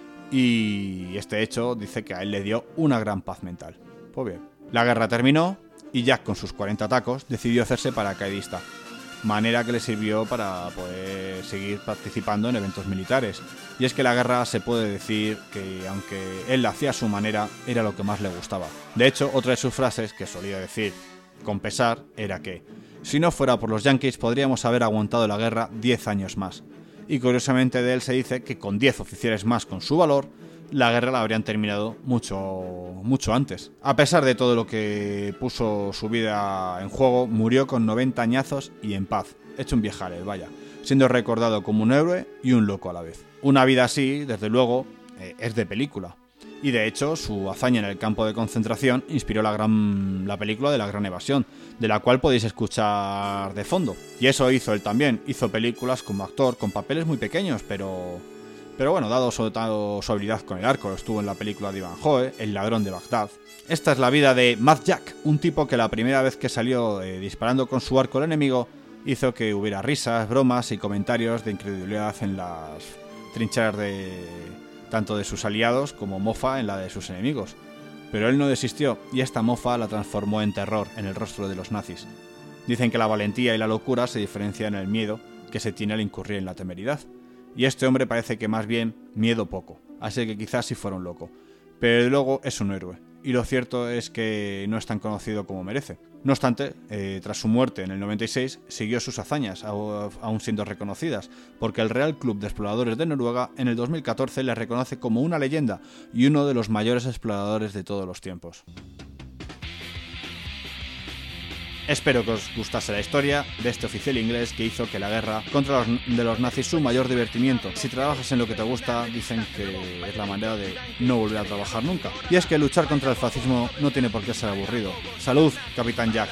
Y este hecho dice que a él le dio una gran paz mental. Pues bien, la guerra terminó y Jack con sus cuarenta tacos decidió hacerse paracaidista, manera que le sirvió para poder seguir participando en eventos militares. Y es que la guerra se puede decir que, aunque él la hacía a su manera, era lo que más le gustaba. De hecho, otra de sus frases que solía decir con pesar era que si no fuera por los yankees podríamos haber aguantado la guerra diez años más. Y curiosamente de él se dice que con diez oficiales más con su valor, la guerra la habrían terminado mucho, mucho antes. A pesar de todo lo que puso su vida en juego, murió con noventa añazos y en paz, hecho un viejales, vaya, siendo recordado como un héroe y un loco a la vez. Una vida así, desde luego, eh, es de película. Y de hecho, su hazaña en el campo de concentración inspiró la, gran, la película de La Gran Evasión, de la cual podéis escuchar de fondo. Y eso hizo él también, hizo películas como actor, con papeles muy pequeños, pero... Pero bueno, dado sobre todo su habilidad con el arco, estuvo en la película de Ivanhoe, El ladrón de Bagdad. Esta es la vida de Mad Jack, un tipo que la primera vez que salió eh, disparando con su arco al enemigo, hizo que hubiera risas, bromas y comentarios de incredulidad en las trincheras de... tanto de sus aliados como mofa en la de sus enemigos. Pero él no desistió y esta mofa la transformó en terror en el rostro de los nazis. Dicen que la valentía y la locura se diferencian en el miedo que se tiene al incurrir en la temeridad. Y este hombre parece que más bien miedo poco, así que quizás sí fuera un loco. Pero luego es un héroe, y lo cierto es que no es tan conocido como merece. No obstante, eh, tras su muerte en el noventa y seis, siguió sus hazañas, aún siendo reconocidas, porque el Real Club de Exploradores de Noruega en el dos mil catorce le reconoce como una leyenda y uno de los mayores exploradores de todos los tiempos. Espero que os gustase la historia de este oficial inglés que hizo que la guerra contra los de los nazis su mayor divertimiento. Si trabajas en lo que te gusta, dicen que es la manera de no volver a trabajar nunca. Y es que luchar contra el fascismo no tiene por qué ser aburrido. ¡Salud, Capitán Jack!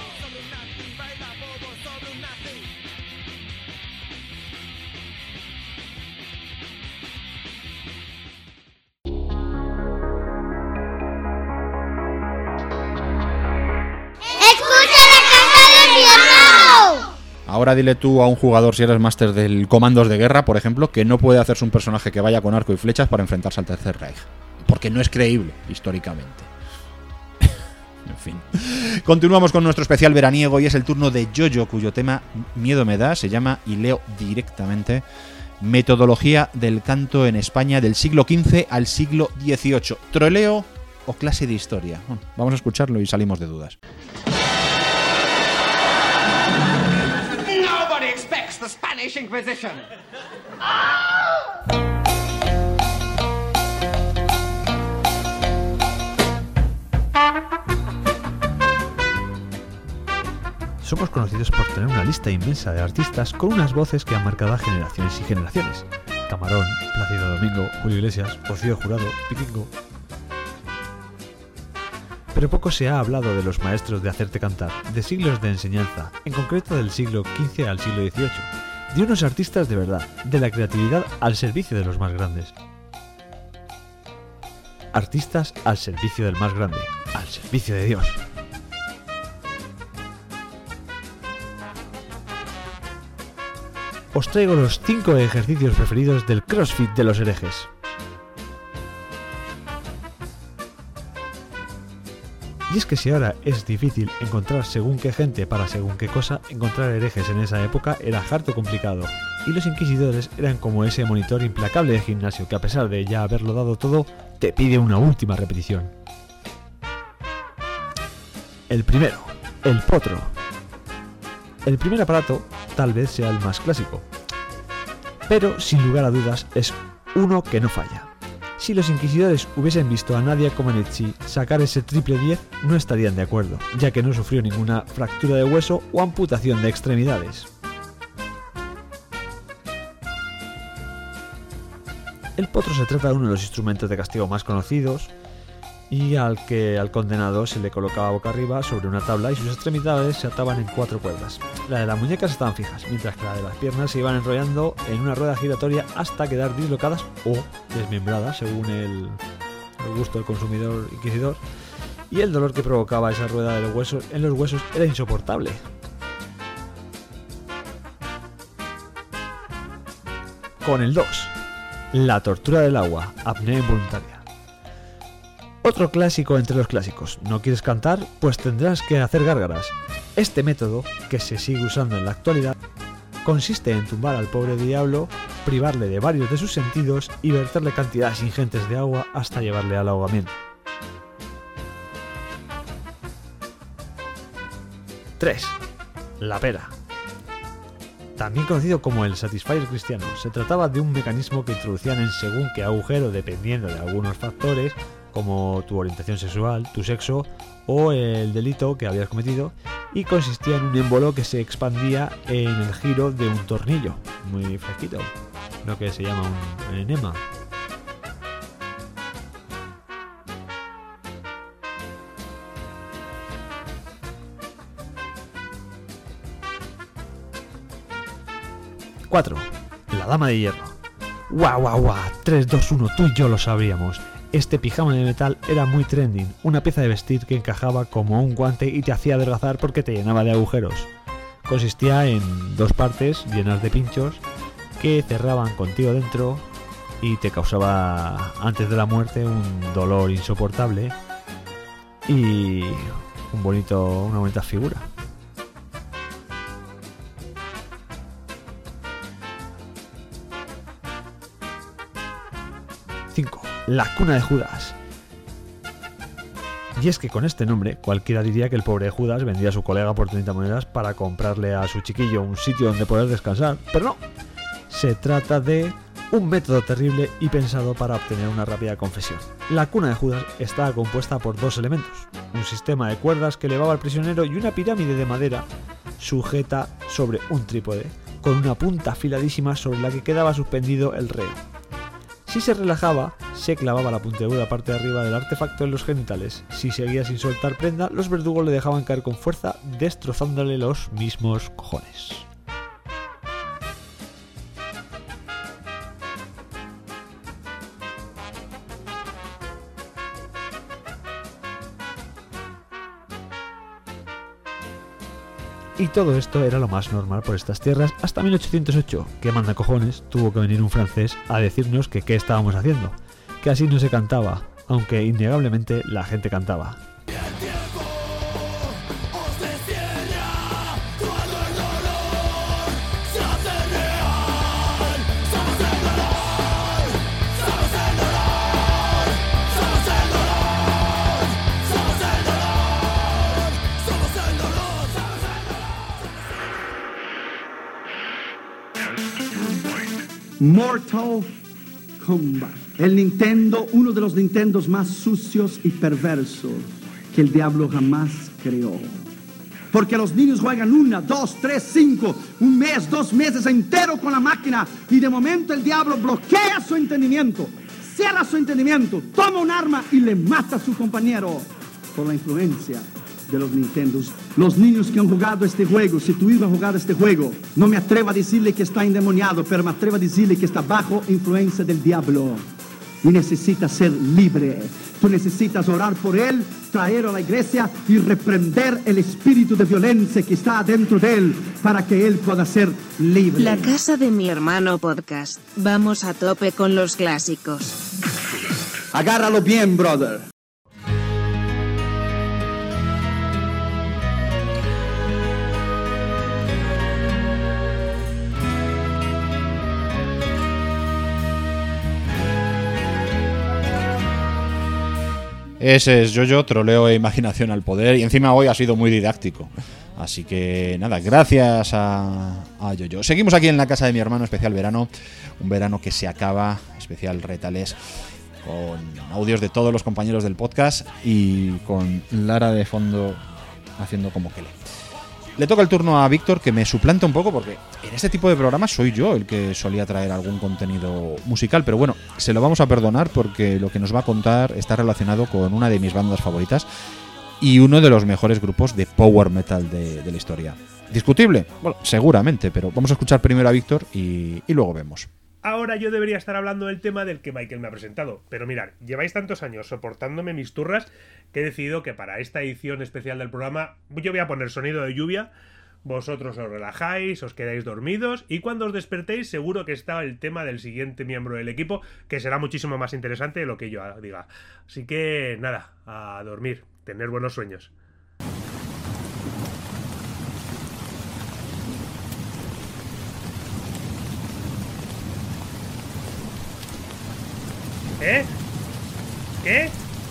Ahora dile tú a un jugador, si eres máster del Comandos de Guerra, por ejemplo, que no puede hacerse un personaje que vaya con arco y flechas para enfrentarse al Tercer Reich. Porque no es creíble, históricamente. En fin. Continuamos con nuestro especial veraniego y es el turno de Jojo, cuyo tema Miedo me da, se llama, y leo directamente, Metodología del canto en España del siglo quince al siglo dieciocho. ¿Troleo o clase de historia? Bueno, vamos a escucharlo y salimos de dudas. Nobody expects the Spanish Inquisition. Somos conocidos por tener una lista inmensa de artistas con unas voces que han marcado a generaciones y generaciones. Camarón, Plácido Domingo, Julio Iglesias, Rocío Jurado, Piquingo. Pero poco se ha hablado de los maestros de hacerte cantar, de siglos de enseñanza, en concreto del siglo quince al siglo dieciocho, de unos artistas de verdad, de la creatividad al servicio de los más grandes. Artistas al servicio del más grande, al servicio de Dios. Os traigo los cinco ejercicios preferidos del CrossFit de los herejes. Y es que si ahora es difícil encontrar según qué gente para según qué cosa, encontrar herejes en esa época era harto complicado, y los inquisidores eran como ese monitor implacable de gimnasio que a pesar de ya haberlo dado todo, te pide una última repetición. El primero, el potro. El primer aparato tal vez sea el más clásico, pero sin lugar a dudas es uno que no falla. Si los inquisidores hubiesen visto a Nadia Comaneci sacar ese triple diez, no estarían de acuerdo, ya que no sufrió ninguna fractura de hueso o amputación de extremidades. El potro se trata de uno de los instrumentos de castigo más conocidos, y al que al condenado se le colocaba boca arriba sobre una tabla y sus extremidades se ataban en cuatro cuerdas. La de las muñecas estaban fijas, mientras que la de las piernas se iban enrollando en una rueda giratoria hasta quedar dislocadas o desmembradas según el, el gusto del consumidor inquisidor, y el dolor que provocaba esa rueda de los huesos, en los huesos era insoportable. Con el dos, la tortura del agua, apnea involuntaria. Otro clásico entre los clásicos. ¿No quieres cantar? Pues tendrás que hacer gárgaras. Este método, que se sigue usando en la actualidad, consiste en tumbar al pobre diablo, privarle de varios de sus sentidos y verterle cantidades ingentes de agua hasta llevarle al ahogamiento. tres. La pera. También conocido como el Satisfyer cristiano, se trataba de un mecanismo que introducían en según qué agujero dependiendo de algunos factores, como tu orientación sexual, tu sexo o el delito que habías cometido, y consistía en un émbolo que se expandía en el giro de un tornillo, muy fresquito, lo que se llama un enema. cuatro. La dama de hierro. Guau, guau, guau, tres, dos, uno, tú y yo lo sabríamos. Este pijama de metal era muy trending, una pieza de vestir que encajaba como un guante y te hacía adelgazar porque te llenaba de agujeros. Consistía en dos partes llenas de pinchos que cerraban contigo dentro y te causaba antes de la muerte un dolor insoportable y un bonito, una bonita figura. cinco. La cuna de Judas. Y es que con este nombre cualquiera diría que el pobre Judas vendía a su colega por treinta monedas para comprarle a su chiquillo un sitio donde poder descansar, pero no. Se trata de un método terrible y pensado para obtener una rápida confesión. La cuna de Judas estaba compuesta por dos elementos, un sistema de cuerdas que elevaba al prisionero y una pirámide de madera sujeta sobre un trípode, con una punta afiladísima sobre la que quedaba suspendido el reo. Si se relajaba, se clavaba la puntiaguda parte de arriba del artefacto en los genitales. Si seguía sin soltar prenda, los verdugos le dejaban caer con fuerza, destrozándole los mismos cojones. Y todo esto era lo más normal por estas tierras hasta mil ochocientos ocho, que manda cojones, tuvo que venir un francés a decirnos que qué estábamos haciendo, que así no se cantaba, aunque innegablemente la gente cantaba. Somos Mortal Kombat. El Nintendo, uno de los Nintendos más sucios y perversos que el diablo jamás creó. Porque los niños juegan una, dos, tres, cinco, un mes, dos meses entero con la máquina y de momento el diablo bloquea su entendimiento, cierra su entendimiento, toma un arma y le mata a su compañero por la influencia de los Nintendos. Los niños que han jugado este juego, si tu hijo ha jugado este juego, no me atrevo a decirle que está endemoniado, pero me atrevo a decirle que está bajo influencia del diablo y necesita ser libre. Tú necesitas orar por él, traerlo a la iglesia y reprender el espíritu de violencia que está dentro de él para que él pueda ser libre. La casa de mi hermano podcast. Vamos a tope con los clásicos. Agárralo bien, brother. Ese es Yoyo, troleo e imaginación al poder. Y encima hoy ha sido muy didáctico. Así que nada, gracias a, a Yoyo. Seguimos aquí en la casa de mi hermano, especial verano. Un verano que se acaba, especial retales, con audios de todos los compañeros del podcast y con Lara de fondo haciendo como que le. Le toca el turno a Víctor, que me suplanta un poco porque en este tipo de programas soy yo el que solía traer algún contenido musical, pero bueno, se lo vamos a perdonar porque lo que nos va a contar está relacionado con una de mis bandas favoritas y uno de los mejores grupos de power metal de, de la historia. ¿Discutible? Bueno, seguramente, pero vamos a escuchar primero a Víctor y, y luego vemos. Ahora yo debería estar hablando del tema del que Michael me ha presentado, pero mirad, lleváis tantos años soportándome mis turras que he decidido que para esta edición especial del programa yo voy a poner sonido de lluvia, vosotros os relajáis, os quedáis dormidos y cuando os despertéis seguro que está el tema del siguiente miembro del equipo, que será muchísimo más interesante de lo que yo diga. Así que nada, a dormir, tener buenos sueños. ¿Eh? ¿Qué?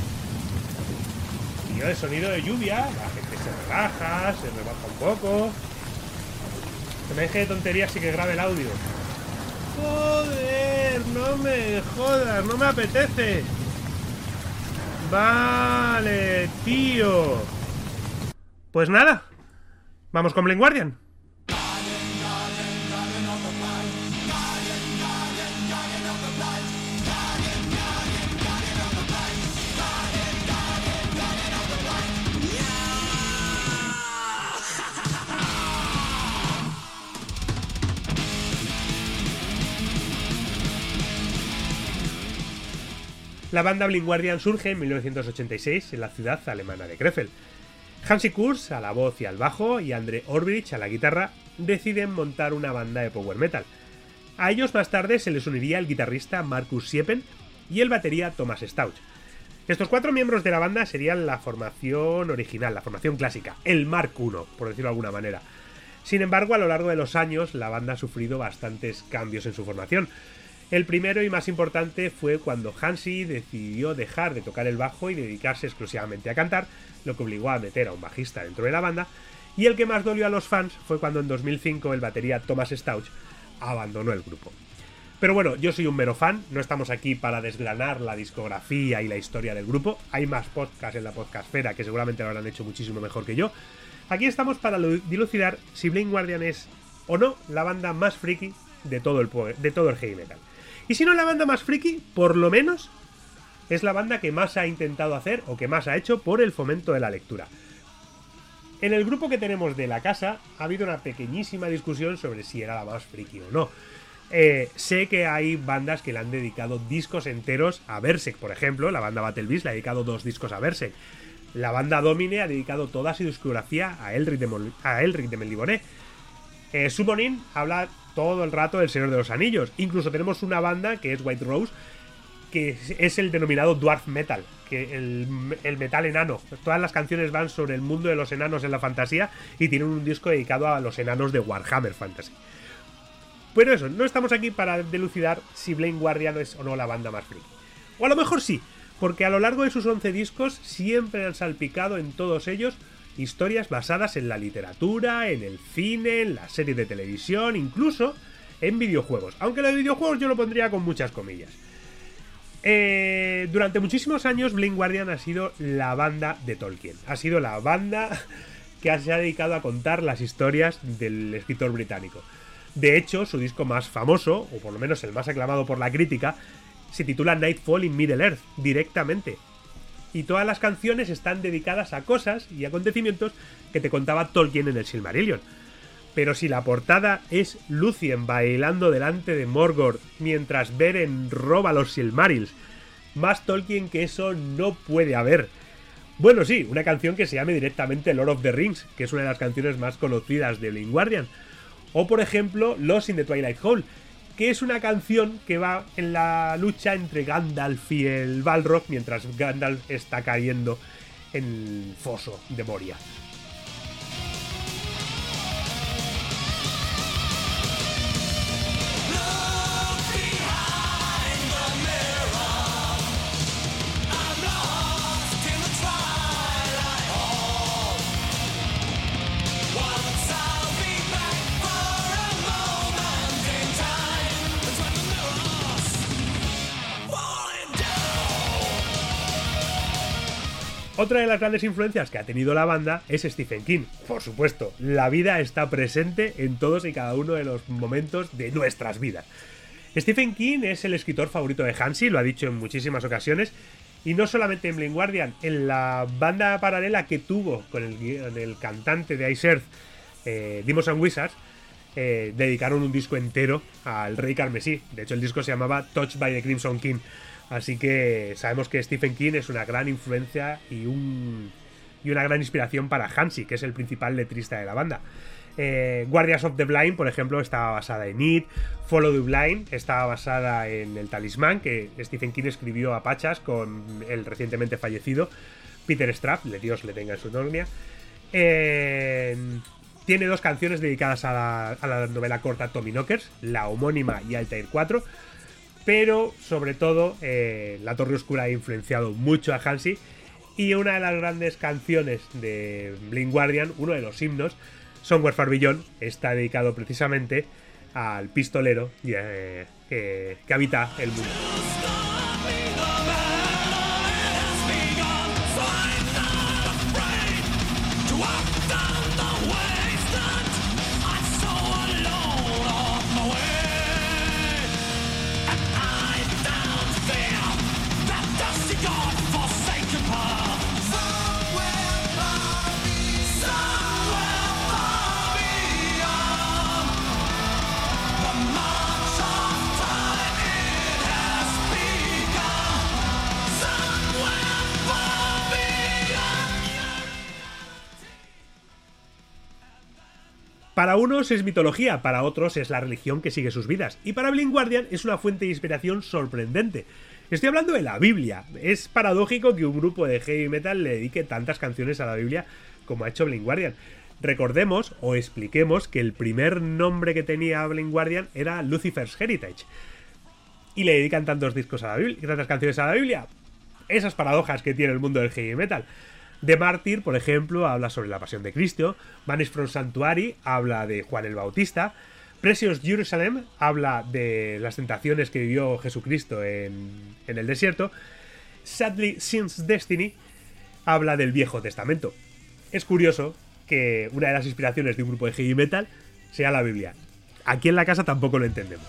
Tío, el sonido de lluvia, la gente se relaja, se rebaja un poco. Que me deje de tonterías y que grabe el audio. Joder, no me jodas, no me apetece. Vale, tío. Pues nada, vamos con Blind Guardian. La banda Blind Guardian surge en mil novecientos ochenta y seis en la ciudad alemana de Krefeld. Hansi Kurz a la voz y al bajo y André Orbrich a la guitarra deciden montar una banda de power metal. A ellos más tarde se les uniría el guitarrista Markus Siepen y el batería Thomas Stauch. Estos cuatro miembros de la banda serían la formación original, la formación clásica, el Mark uno, por decirlo de alguna manera. Sin embargo, a lo largo de los años la banda ha sufrido bastantes cambios en su formación. El primero y más importante fue cuando Hansi decidió dejar de tocar el bajo y dedicarse exclusivamente a cantar, lo que obligó a meter a un bajista dentro de la banda, y el que más dolió a los fans fue cuando en dos mil cinco el batería Thomas Stauch abandonó el grupo. Pero bueno, yo soy un mero fan, no estamos aquí para desgranar la discografía y la historia del grupo, hay más podcasts en la podcastfera que seguramente lo habrán hecho muchísimo mejor que yo. Aquí estamos para dilucidar si Blind Guardian es o no la banda más friki de todo el, de todo el heavy metal. Y si no la banda más friki, por lo menos es la banda que más ha intentado hacer o que más ha hecho por el fomento de la lectura. En el grupo que tenemos de la casa ha habido una pequeñísima discusión sobre si era la más friki o no. Eh, sé que hay bandas que le han dedicado discos enteros a Berserk, por ejemplo, la banda Battle Beast le ha dedicado dos discos a Berserk. La banda Domine ha dedicado toda su discografía a Elric de, Mol a Elric de Melniboné. Eh, Summoning habla todo el rato del Señor de los Anillos. Incluso tenemos una banda que es White Rose, que es el denominado Dwarf Metal, que el, el metal enano. Todas las canciones van sobre el mundo de los enanos en la fantasía y tienen un disco dedicado a los enanos de Warhammer Fantasy. Pero eso, no estamos aquí para delucidar si Blind Guardian es o no la banda más friki. O a lo mejor sí, porque a lo largo de sus once discos siempre han salpicado en todos ellos historias basadas en la literatura, en el cine, en la serie de televisión, incluso en videojuegos. Aunque lo de videojuegos yo lo pondría con muchas comillas. Eh, durante muchísimos años Blind Guardian ha sido la banda de Tolkien. Ha sido la banda que se ha dedicado a contar las historias del escritor británico. De hecho, su disco más famoso, o por lo menos el más aclamado por la crítica, se titula Nightfall in Middle-earth, directamente. Y todas las canciones están dedicadas a cosas y acontecimientos que te contaba Tolkien en el Silmarillion. Pero si la portada es Lúthien bailando delante de Morgoth mientras Beren roba los Silmarils, más Tolkien que eso no puede haber. Bueno, sí, una canción que se llame directamente Lord of the Rings, que es una de las canciones más conocidas de Blind Guardian. O por ejemplo, Lost in the Twilight Hall, que es una canción que va en la lucha entre Gandalf y el Balrog mientras Gandalf está cayendo en el foso de Moria. Otra de las grandes influencias que ha tenido la banda es Stephen King. Por supuesto, la vida está presente en todos y cada uno de los momentos de nuestras vidas. Stephen King es el escritor favorito de Hansi, lo ha dicho en muchísimas ocasiones, y no solamente en Blind Guardian, en la banda paralela que tuvo con el, el cantante de Ice Earth, eh, Demons and Wizards, eh, dedicaron un disco entero al Rey Carmesí. De hecho, el disco se llamaba Touched by the Crimson King. Así que sabemos que Stephen King es una gran influencia y, un, y una gran inspiración para Hansi, que es el principal letrista de la banda. Eh, Guardians of the Blind, por ejemplo, estaba basada en It. Follow the Blind estaba basada en El Talismán, que Stephen King escribió a pachas con el recientemente fallecido Peter Straub, le Dios le tenga en su gloria. Eh, tiene dos canciones dedicadas a la, a la novela corta Tommyknockers, la homónima y Altair cuatro. Pero, sobre todo, eh, La Torre Oscura ha influenciado mucho a Hansi. Y una de las grandes canciones de Blind Guardian, uno de los himnos, Somewhere Far Beyond, está dedicado precisamente al pistolero eh, eh, que habita el mundo. Para unos es mitología, para otros es la religión que sigue sus vidas. Y para Blind Guardian es una fuente de inspiración sorprendente. Estoy hablando de la Biblia. Es paradójico que un grupo de heavy metal le dedique tantas canciones a la Biblia como ha hecho Blind Guardian. Recordemos o expliquemos que el primer nombre que tenía Blind Guardian era Lucifer's Heritage. Y le dedican tantos discos a la Biblia, tantas canciones a la Biblia. Esas paradojas que tiene el mundo del heavy metal. The Martyr, por ejemplo, habla sobre la pasión de Cristo. Vanished from Sanctuary habla de Juan el Bautista. Precious Jerusalem habla de las tentaciones que vivió Jesucristo en, en el desierto. Sadly Sin's Destiny habla del Viejo Testamento. Es curioso que una de las inspiraciones de un grupo de heavy metal sea la Biblia. Aquí en la casa tampoco lo entendemos.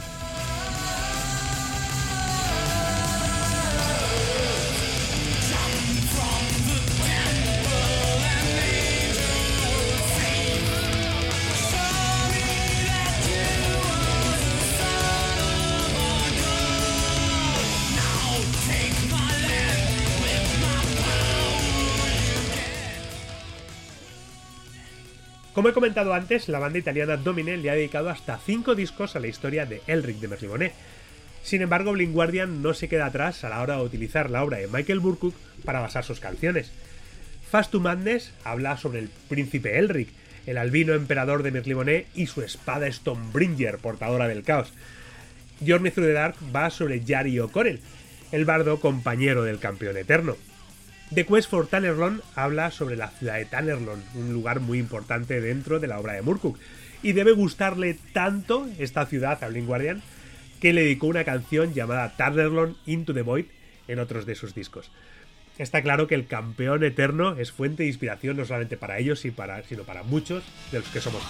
Como he comentado antes, la banda italiana Domine le ha dedicado hasta cinco discos a la historia de Elric de Merlimonet. Sin embargo, Blind Guardian no se queda atrás a la hora de utilizar la obra de Michael Moorcock para basar sus canciones. Fast to Madness habla sobre el príncipe Elric, el albino emperador de Merlimonet y su espada Stonebringer, portadora del caos. Journey Through the Dark va sobre Jari O'Connell, el bardo compañero del campeón eterno. The Quest for Tannerlon habla sobre la ciudad de Tannerlon, un lugar muy importante dentro de la obra de Moorcock. y debe gustarle tanto esta ciudad a Blind Guardian que le dedicó una canción llamada Thunderlord Into the Void en otros de sus discos. Está claro que el campeón eterno es fuente de inspiración no solamente para ellos, sino para, sino para muchos de los que somos.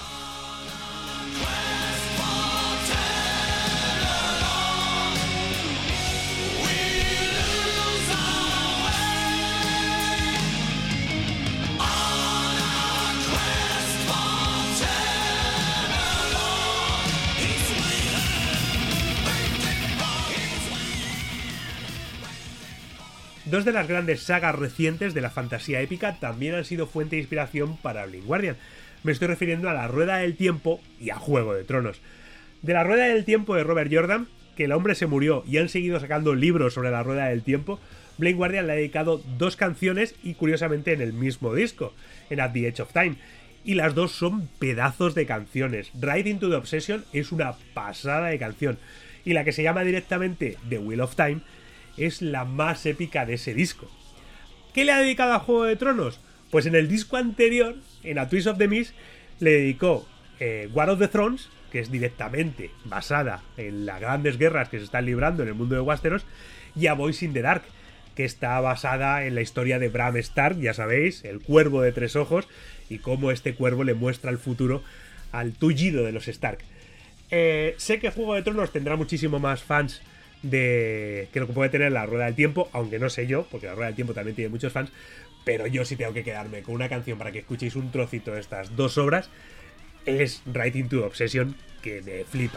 Dos de las grandes sagas recientes de la fantasía épica también han sido fuente de inspiración para Blind Guardian. Me estoy refiriendo a La Rueda del Tiempo y a Juego de Tronos. De La Rueda del Tiempo de Robert Jordan, que el hombre se murió y han seguido sacando libros sobre La Rueda del Tiempo, Blind Guardian le ha dedicado dos canciones y curiosamente en el mismo disco, en At the Edge of Time. Y las dos son pedazos de canciones. Ride into the Obsession es una pasada de canción. Y la que se llama directamente The Wheel of Time es la más épica de ese disco. ¿Qué le ha dedicado a Juego de Tronos? Pues en el disco anterior, en A Twist of the Mist, le dedicó eh, War of the Thrones, que es directamente basada en las grandes guerras que se están librando en el mundo de Westeros, y a Voice in the Dark, que está basada en la historia de Bram Stark, ya sabéis, el cuervo de tres ojos, y cómo este cuervo le muestra el futuro al tullido de los Stark. Eh, sé que Juego de Tronos tendrá muchísimo más fans de que lo que puede tener La Rueda del Tiempo, aunque no sé yo, porque La Rueda del Tiempo también tiene muchos fans, pero yo sí tengo que quedarme con una canción para que escuchéis un trocito de estas dos obras. Es Ride into the Obsession, que me flipa.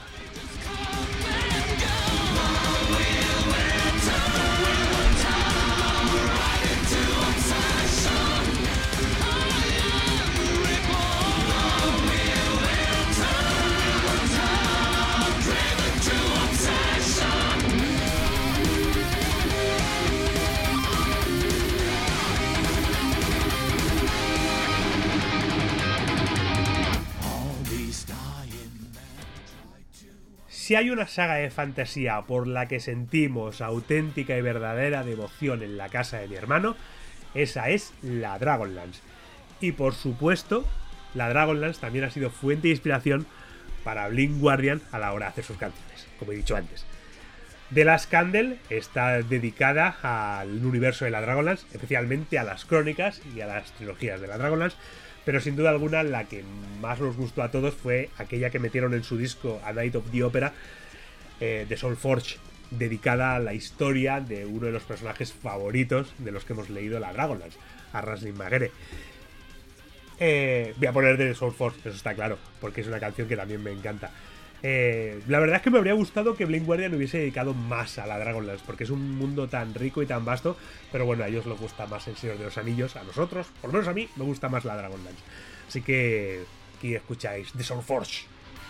Si hay una saga de fantasía por la que sentimos auténtica y verdadera devoción en la casa de mi hermano, esa es la Dragonlance. Y por supuesto, la Dragonlance también ha sido fuente de inspiración para Blind Guardian a la hora de hacer sus canciones, como he dicho antes. The Last Candle está dedicada al universo de la Dragonlance, especialmente a las crónicas y a las trilogías de la Dragonlance, pero sin duda alguna la que más nos gustó a todos fue aquella que metieron en su disco A Night of the Opera, eh, de Soulforge, dedicada a la historia de uno de los personajes favoritos de los que hemos leído la Dragonlance, a Raistlin Magere. Eh, voy a poner de Soulforge, eso está claro, porque es una canción que también me encanta. Eh, la verdad es que me habría gustado que Blind Guardian hubiese dedicado más a la Dragonlance, porque es un mundo tan rico y tan vasto, pero bueno, a ellos les gusta más El Señor de los Anillos, a nosotros, por lo menos a mí, me gusta más la Dragonlance. Así que aquí escucháis The Soulforge.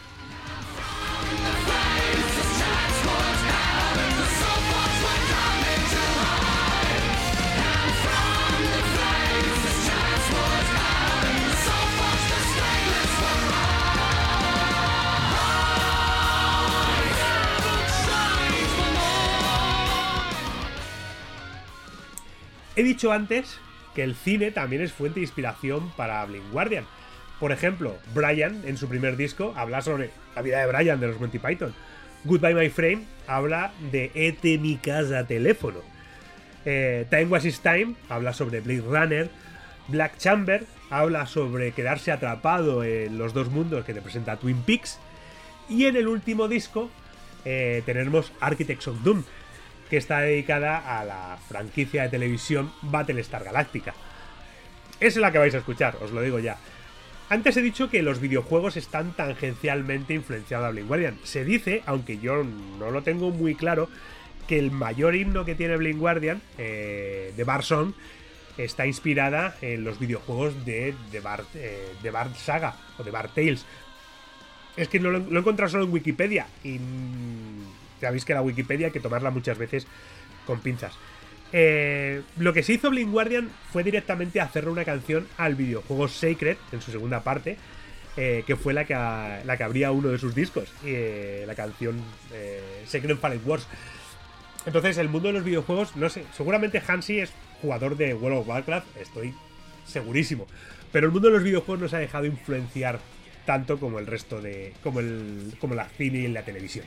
He dicho antes que el cine también es fuente de inspiración para Blind Guardian. Por ejemplo, Brian, en su primer disco, habla sobre la vida de Brian de los Monty Python. Goodbye My Friend habla de E T mi casa teléfono. Eh, Time Was His Time habla sobre Blade Runner. Black Chamber habla sobre quedarse atrapado en los dos mundos que te presenta Twin Peaks. Y en el último disco eh, tenemos Architects of Doom, que está dedicada a la franquicia de televisión Battlestar Galactica. Esa es la que vais a escuchar, os lo digo ya. Antes he dicho que los videojuegos están tangencialmente influenciados a Blind Guardian. Se dice, aunque yo no lo tengo muy claro, que el mayor himno que tiene Blind Guardian, eh, de Bard Song, está inspirada en los videojuegos de, de, Bard, eh, de Bard Saga o de Bard Tales. Es que no lo, lo he encontrado solo en Wikipedia y sabéis que la Wikipedia hay que tomarla muchas veces con pinzas. Eh, lo que se hizo Blind Guardian fue directamente hacerle una canción al videojuego Sacred en su segunda parte, eh, que fue la que, a, la que abría uno de sus discos, eh, la canción eh, Sacred Fallen Wars. Entonces el mundo de los videojuegos, no sé, seguramente Hansi es jugador de World of Warcraft, estoy segurísimo, pero el mundo de los videojuegos nos ha dejado influenciar tanto como el resto de. como el. como la cine y la televisión.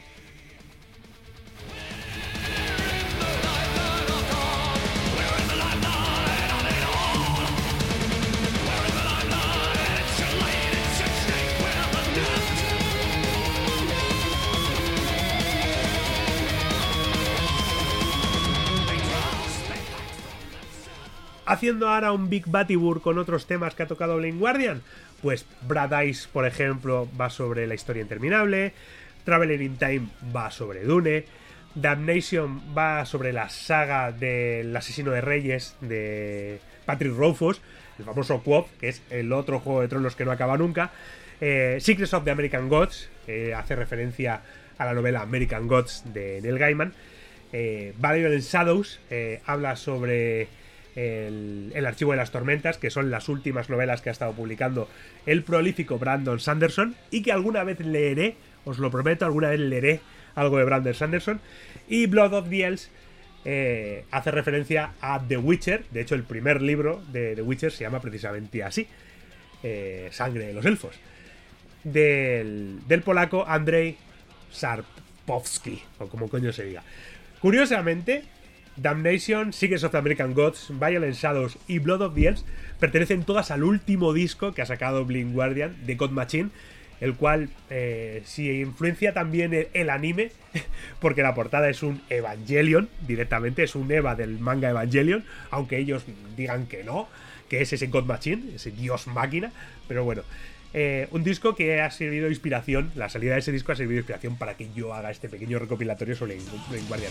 Haciendo ahora un Big Batibur con otros temas que ha tocado Blind Guardian, pues Brad Ice, por ejemplo, va sobre la historia interminable, Traveler in Time va sobre Dune, Damnation va sobre la saga del asesino de reyes de Patrick Rothfuss, el famoso Quoth, que es el otro Juego de Tronos que no acaba nunca, eh, Secrets of the American Gods, eh, hace referencia a la novela American Gods de Neil Gaiman, eh, Valiant Shadows eh, habla sobre El, el Archivo de las Tormentas, que son las últimas novelas que ha estado publicando el prolífico Brandon Sanderson y que alguna vez leeré, os lo prometo, alguna vez leeré algo de Brandon Sanderson. Y Blood of the Elves eh, hace referencia a The Witcher. De hecho, el primer libro de The Witcher se llama precisamente así, eh, Sangre de los Elfos, del, del polaco Andrzej Sapkowski, o como coño se diga. Curiosamente, Damnation, Secrets of the American Gods, Violent Shadows y Blood of the Elves pertenecen todas al último disco que ha sacado Blind Guardian, de God Machine, el cual eh, sí influencia también el, el anime, porque la portada es un Evangelion, directamente, es un Eva del manga Evangelion, aunque ellos digan que no, que es ese God Machine, ese dios máquina, pero bueno. Eh, un disco que ha servido de inspiración, la salida de ese disco ha servido de inspiración para que yo haga este pequeño recopilatorio sobre Blind Guardian.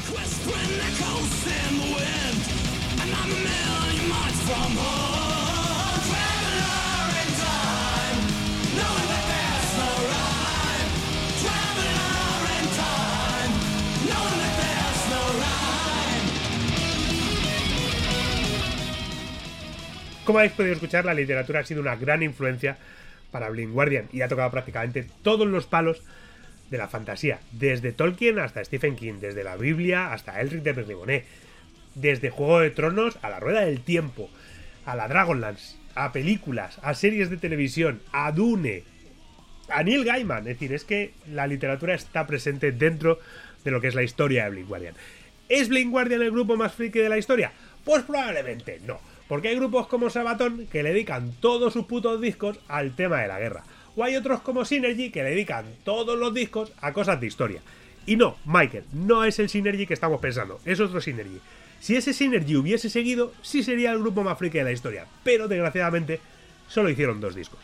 Como habéis podido escuchar, la literatura ha sido una gran influencia para Blind Guardian y ha tocado prácticamente todos los palos de la fantasía, desde Tolkien hasta Stephen King, desde la Biblia hasta Elric de Berniboné, desde Juego de Tronos a la Rueda del Tiempo, a la Dragonlance, a películas, a series de televisión, a Dune, a Neil Gaiman. Es decir, es que la literatura está presente dentro de lo que es la historia de Blind Guardian. ¿Es Blind Guardian el grupo más friki de la historia? Pues probablemente no. Porque hay grupos como Sabaton que le dedican todos sus putos discos al tema de la guerra. O hay otros como Synergy que le dedican todos los discos a cosas de historia. Y no, Michael, no es el Synergy que estamos pensando, es otro Synergy. Si ese Synergy hubiese seguido, sí sería el grupo más friki de la historia. Pero desgraciadamente solo hicieron dos discos.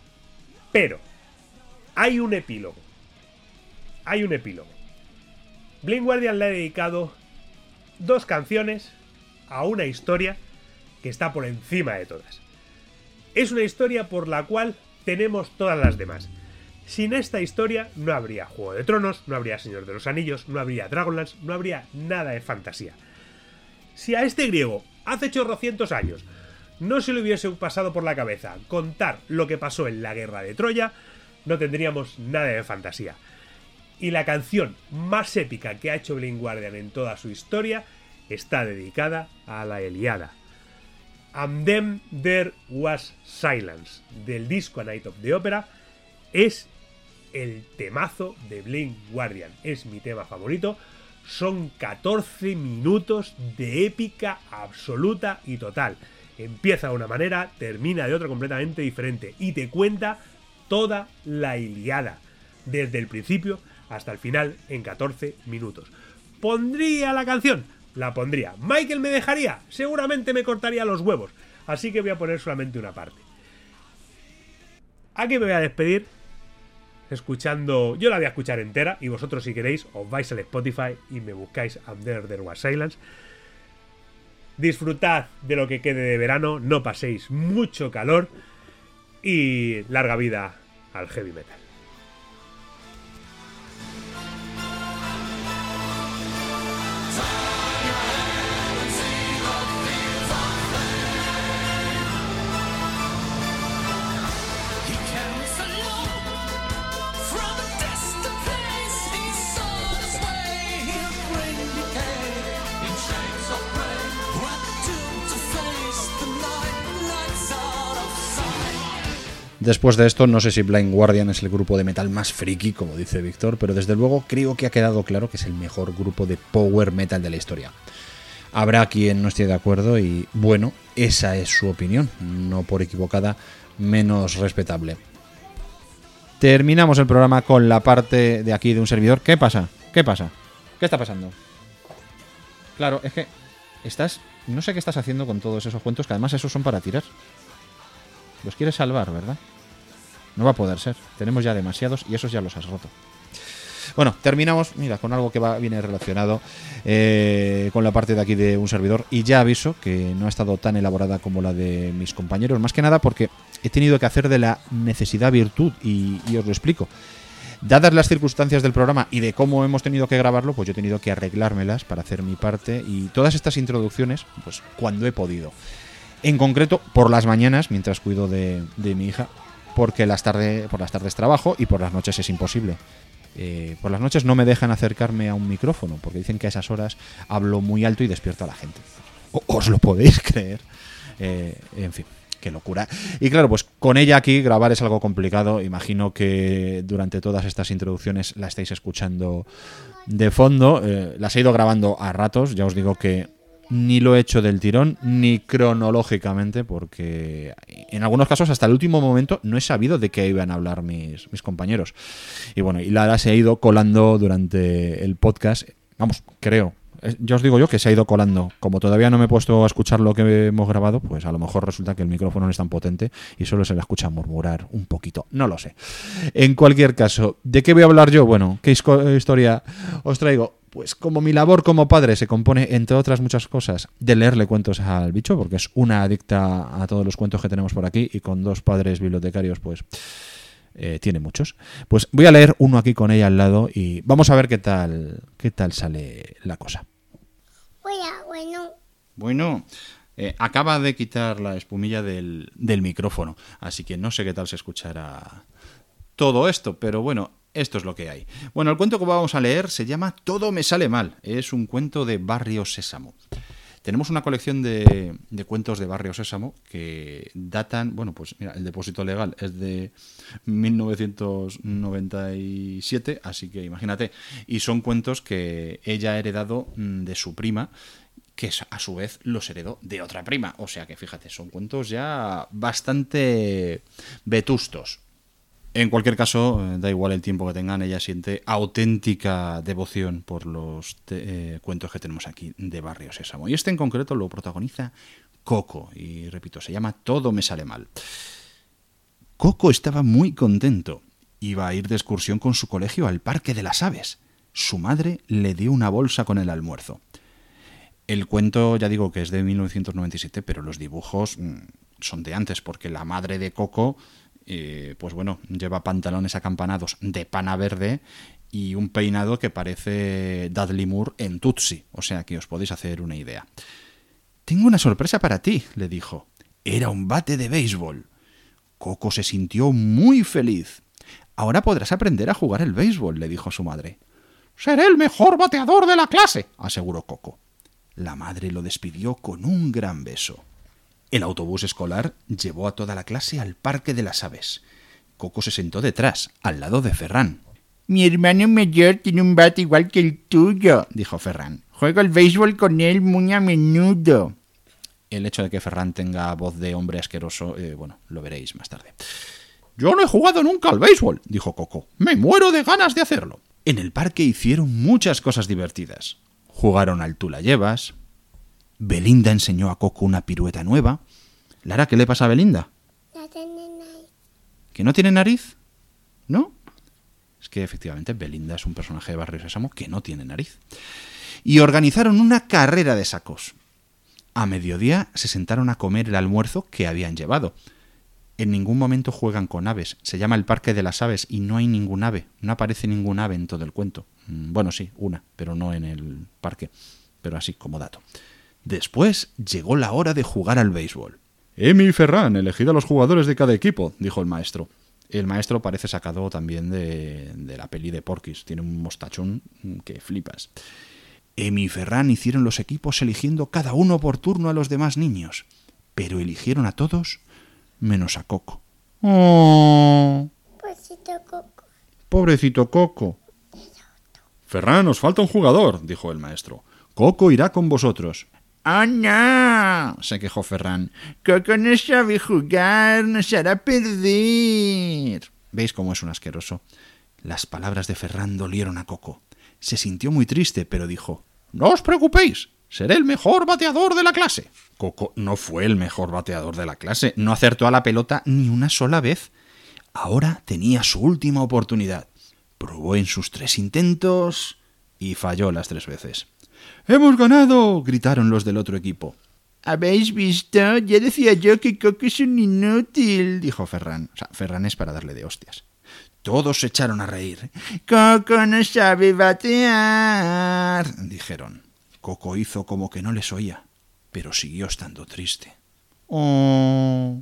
Pero hay un epílogo. Hay un epílogo. Blind Guardian le ha dedicado dos canciones a una historia que está por encima de todas. Es una historia por la cual tenemos todas las demás. Sin esta historia no habría Juego de Tronos, no habría Señor de los Anillos, no habría Dragonlance, no habría nada de fantasía. Si a este griego, hace chorrocientos años, no se le hubiese pasado por la cabeza contar lo que pasó en la guerra de Troya, no tendríamos nada de fantasía. Y la canción más épica que ha hecho Blind Guardian en toda su historia está dedicada a la Ilíada. And Then There Was Silence, del disco A Night of the Opera, es el temazo de Blind Guardian. Es mi tema favorito. Son catorce minutos de épica absoluta y total. Empieza de una manera, termina de otra completamente diferente y te cuenta toda la Ilíada, desde el principio hasta el final, en catorce minutos. ¿Pondría la canción? La pondría. ¿Michael me dejaría? Seguramente me cortaría los huevos. Así que voy a poner solamente una parte. Aquí me voy a despedir escuchando... Yo la voy a escuchar entera y vosotros, si queréis, os vais al Spotify y me buscáis And There There Was Silence. Disfrutad de lo que quede de verano, no paséis mucho calor y larga vida al heavy metal. Después de esto, no sé si Blind Guardian es el grupo de metal más friki, como dice Víctor, pero desde luego creo que ha quedado claro que es el mejor grupo de power metal de la historia. Habrá quien no esté de acuerdo y, bueno, esa es su opinión, no por equivocada, menos respetable. Terminamos el programa con la parte de aquí de un servidor. ¿Qué pasa? ¿Qué pasa? ¿Qué está pasando? Claro, es que estás... No sé qué estás haciendo con todos esos cuentos, que además esos son para tirar. Los quieres salvar, ¿verdad? No va a poder ser. Tenemos ya demasiados y esos ya los has roto. Bueno, terminamos, mira, con algo que va, viene relacionado eh, con la parte de aquí de un servidor. Y ya aviso que no ha estado tan elaborada como la de mis compañeros. Más que nada porque he tenido que hacer de la necesidad virtud y, y os lo explico. Dadas las circunstancias del programa y de cómo hemos tenido que grabarlo, pues yo he tenido que arreglármelas para hacer mi parte. Y todas estas introducciones, pues cuando he podido. En concreto, por las mañanas, mientras cuido de, de mi hija, porque las tarde, por las tardes trabajo y por las noches es imposible. Eh, por las noches no me dejan acercarme a un micrófono, porque dicen que a esas horas hablo muy alto y despierto a la gente. O, ¿Os lo podéis creer? Eh, en fin, qué locura. Y claro, pues con ella aquí grabar es algo complicado. Imagino que durante todas estas introducciones la estáis escuchando de fondo. Eh, las he ido grabando a ratos, ya os digo que ni lo he hecho del tirón, ni cronológicamente, porque en algunos casos hasta el último momento no he sabido de qué iban a hablar mis, mis compañeros. Y bueno, y la se ha ido colando durante el podcast. Vamos, creo. Ya os digo yo que se ha ido colando. Como todavía no me he puesto a escuchar lo que hemos grabado, pues a lo mejor resulta que el micrófono no es tan potente y solo se la escucha murmurar un poquito. No lo sé. En cualquier caso, ¿de qué voy a hablar yo? Bueno, ¿qué historia os traigo? Pues como mi labor como padre se compone, entre otras muchas cosas, de leerle cuentos al bicho, porque es una adicta a todos los cuentos que tenemos por aquí y con dos padres bibliotecarios, pues eh, tiene muchos. Pues voy a leer uno aquí con ella al lado y vamos a ver qué tal, qué tal sale la cosa. Hola, bueno. Bueno, eh, acaba de quitar la espumilla del, del micrófono, así que no sé qué tal se escuchará todo esto, pero bueno, esto es lo que hay. Bueno, el cuento que vamos a leer se llama Todo me sale mal. Es un cuento de Barrio Sésamo. Tenemos una colección de, de cuentos de Barrio Sésamo que datan... Bueno, pues mira, el depósito legal es de mil novecientos noventa y siete, así que imagínate. Y son cuentos que ella ha heredado de su prima, que a su vez los heredó de otra prima. O sea que fíjate, son cuentos ya bastante vetustos. En cualquier caso, da igual el tiempo que tengan, ella siente auténtica devoción por los te- eh, cuentos que tenemos aquí de Barrio Sésamo. Y este en concreto lo protagoniza Coco, y repito, se llama Todo me sale mal. Coco estaba muy contento. Iba a ir de excursión con su colegio al Parque de las Aves. Su madre le dio una bolsa con el almuerzo. El cuento, ya digo que es de mil novecientos noventa y siete, pero los dibujos mmm, son de antes, porque la madre de Coco... Eh, pues bueno, lleva pantalones acampanados de pana verde y un peinado que parece Dudley Moore en Tootsie, o sea que os podéis hacer una idea. Tengo una sorpresa para ti, le dijo. Era un bate de béisbol. Coco se sintió muy feliz. Ahora podrás aprender a jugar el béisbol, le dijo su madre. Seré el mejor bateador de la clase, aseguró Coco. La madre lo despidió con un gran beso. El autobús escolar llevó a toda la clase al Parque de las Aves. Coco se sentó detrás, al lado de Ferran. Mi hermano mayor tiene un bate igual que el tuyo, dijo Ferran. Juego al béisbol con él muy a menudo. El hecho de que Ferran tenga voz de hombre asqueroso, eh, bueno, lo veréis más tarde. Yo no he jugado nunca al béisbol, dijo Coco. Me muero de ganas de hacerlo. En el parque hicieron muchas cosas divertidas. Jugaron al tú la llevas. Belinda enseñó a Coco una pirueta nueva. Lara, ¿qué le pasa a Belinda? No tiene nariz. ¿Que no tiene nariz? ¿No? Es que efectivamente Belinda es un personaje de Barrio Sésamo que no tiene nariz. Y organizaron una carrera de sacos. A mediodía se sentaron a comer el almuerzo que habían llevado. En ningún momento juegan con aves. Se llama el Parque de las Aves y no hay ningún ave. No aparece ningún ave en todo el cuento. Bueno, sí, una, pero no en el parque. Pero así como dato. Después llegó la hora de jugar al béisbol. Emi y Ferran, elegid a los jugadores de cada equipo, dijo el maestro. El maestro parece sacado también de, de la peli de Porky's. Tiene un mostachón que flipas. Emi y Ferran hicieron los equipos eligiendo cada uno por turno a los demás niños. Pero eligieron a todos menos a Coco. Oh, Pobrecito Coco. pobrecito Coco. Ferran, os falta un jugador, dijo el maestro. Coco irá con vosotros. ¡Ah, no! Se quejó Ferran. Coco no sabe jugar, nos hará perder. ¿Veis cómo es un asqueroso? Las palabras de Ferran dolieron a Coco. Se sintió muy triste, pero dijo: No os preocupéis, seré el mejor bateador de la clase. Coco no fue el mejor bateador de la clase, no acertó a la pelota ni una sola vez. Ahora tenía su última oportunidad. Probó en sus tres intentos y falló las tres veces. ¡Hemos ganado!, gritaron los del otro equipo. ¿Habéis visto? Ya decía yo que Coco es un inútil, dijo Ferran. O sea, Ferran es para darle de hostias. Todos se echaron a reír. Coco no sabe batear, dijeron. Coco hizo como que no les oía, pero siguió estando triste. Oh.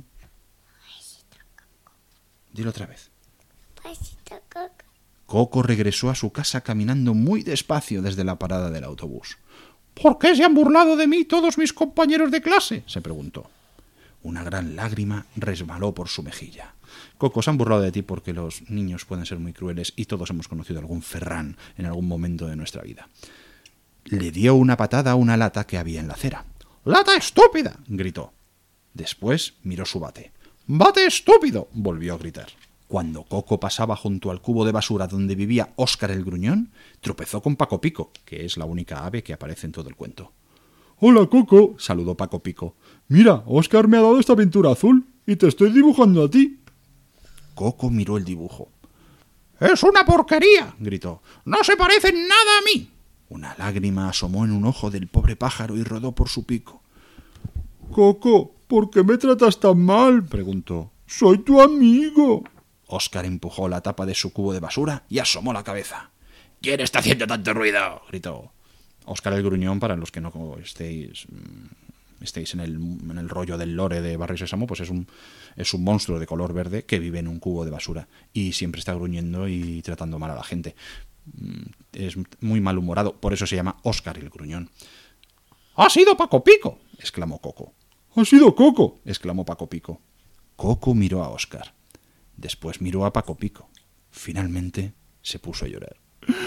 Dilo otra vez. Pobrecito Coco. Coco regresó a su casa caminando muy despacio desde la parada del autobús. ¿Por qué se han burlado de mí todos mis compañeros de clase?, se preguntó. Una gran lágrima resbaló por su mejilla. Coco, se han burlado de ti porque los niños pueden ser muy crueles y todos hemos conocido a algún Ferran en algún momento de nuestra vida. Le dio una patada a una lata que había en la acera. ¡Lata estúpida!, gritó. Después miró su bate. ¡Bate estúpido!, volvió a gritar. Cuando Coco pasaba junto al cubo de basura donde vivía Óscar el Gruñón, tropezó con Paco Pico, que es la única ave que aparece en todo el cuento. «Hola, Coco», saludó Paco Pico. «Mira, Óscar me ha dado esta pintura azul y te estoy dibujando a ti». Coco miró el dibujo. «¡Es una porquería!», gritó. «No se parece en nada a mí». Una lágrima asomó en un ojo del pobre pájaro y rodó por su pico. «Coco, ¿por qué me tratas tan mal?», preguntó. «Soy tu amigo». Óscar empujó la tapa de su cubo de basura y asomó la cabeza. «¿Quién está haciendo tanto ruido?», gritó. Óscar el Gruñón, para los que no estéis, estéis en, el, en el rollo del lore de Barrio Sésamo, pues es un, es un monstruo de color verde que vive en un cubo de basura y siempre está gruñendo y tratando mal a la gente. Es muy malhumorado, por eso se llama Óscar el Gruñón. «¡Ha sido Paco Pico!», exclamó Coco. «¡Ha sido Coco!», exclamó Paco Pico. Coco miró a Óscar. Después miró a Paco Pico. Finalmente se puso a llorar.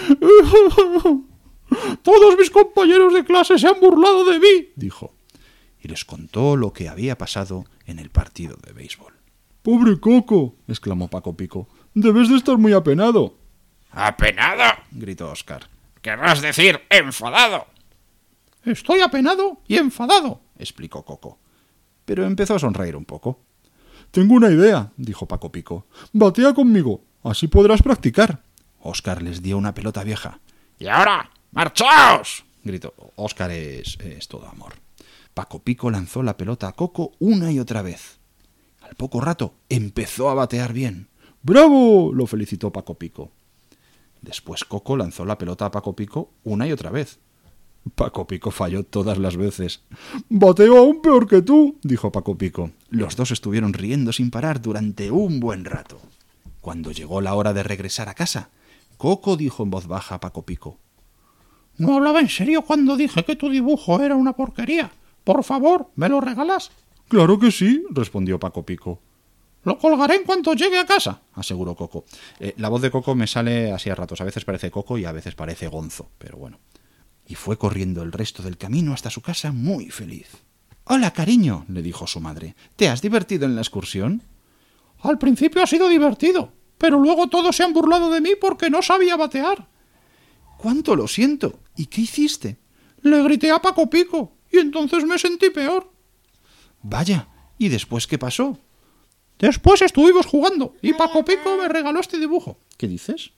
«Todos mis compañeros de clase se han burlado de mí», dijo. Y les contó lo que había pasado en el partido de béisbol. «¡Pobre Coco!», exclamó Paco Pico. «Debes de estar muy apenado». ¿Apenado?, gritó Óscar. «Querrás decir enfadado». «Estoy apenado y enfadado», explicó Coco. Pero empezó a sonreír un poco. «Tengo una idea», dijo Paco Pico. «Batea conmigo, así podrás practicar». Óscar les dio una pelota vieja. «Y ahora, marchaos», gritó. Óscar es, es todo amor. Paco Pico lanzó la pelota a Coco una y otra vez. Al poco rato empezó a batear bien. «¡Bravo!», lo felicitó Paco Pico. Después Coco lanzó la pelota a Paco Pico una y otra vez. Paco Pico falló todas las veces. «Bateo aún peor que tú», dijo Paco Pico. Los dos estuvieron riendo sin parar durante un buen rato. Cuando llegó la hora de regresar a casa, Coco dijo en voz baja a Paco Pico: «No hablaba en serio cuando dije que tu dibujo era una porquería. Por favor, ¿me lo regalas?» «Claro que sí», respondió Paco Pico. «Lo colgaré en cuanto llegue a casa», aseguró Coco. Eh, la voz de Coco me sale así a ratos. A veces parece Coco y a veces parece Gonzo, pero bueno. Y fue corriendo el resto del camino hasta su casa muy feliz. «Hola, cariño», le dijo su madre. «¿Te has divertido en la excursión?» «Al principio ha sido divertido, pero luego todos se han burlado de mí porque no sabía batear». «¡Cuánto lo siento! ¿Y qué hiciste?» «Le grité a Paco Pico y entonces me sentí peor». «Vaya, ¿y después qué pasó?» «Después estuvimos jugando y Paco Pico me regaló este dibujo». «¿Qué dices?»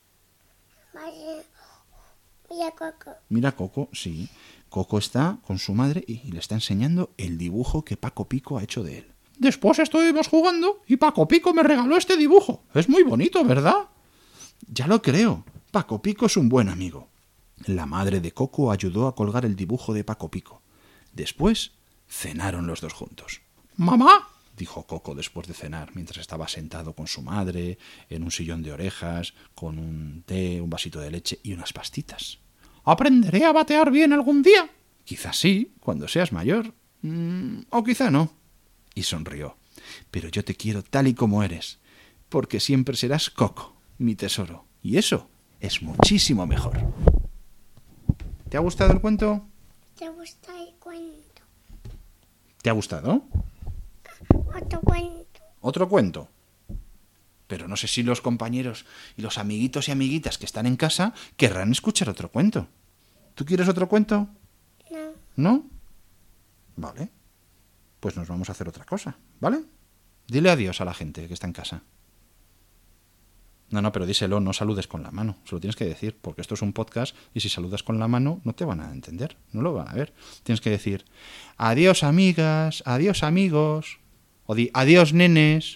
Mira, Coco. Mira Coco, sí. Coco está con su madre y le está enseñando el dibujo que Paco Pico ha hecho de él. «Después estuvimos jugando y Paco Pico me regaló este dibujo. Es muy bonito, ¿verdad?» «Ya lo creo. Paco Pico es un buen amigo». La madre de Coco ayudó a colgar el dibujo de Paco Pico. Después cenaron los dos juntos. «Mamá», dijo Coco después de cenar, mientras estaba sentado con su madre, en un sillón de orejas, con un té, un vasito de leche y unas pastitas. «¿Aprenderé a batear bien algún día?» «Quizás sí, cuando seas mayor. Mm, o quizá no». Y sonrió. «Pero yo te quiero tal y como eres. porque siempre serás Coco, mi tesoro. Y eso es muchísimo mejor. ¿Te ha gustado el cuento? ¿Te gusta el cuento? ¿Te ha gustado? Otro cuento. ¿Otro cuento? Pero no sé si los compañeros y los amiguitos y amiguitas que están en casa querrán escuchar otro cuento. ¿Tú quieres otro cuento? No. ¿No? Vale. Pues nos vamos a hacer otra cosa, ¿vale? Dile adiós a la gente que está en casa. No, no, pero díselo, no saludes con la mano. Se lo tienes que decir, porque esto es un podcast y si saludas con la mano no te van a entender, no lo van a ver. Tienes que decir, adiós amigas, adiós amigos, o di, adiós nenes.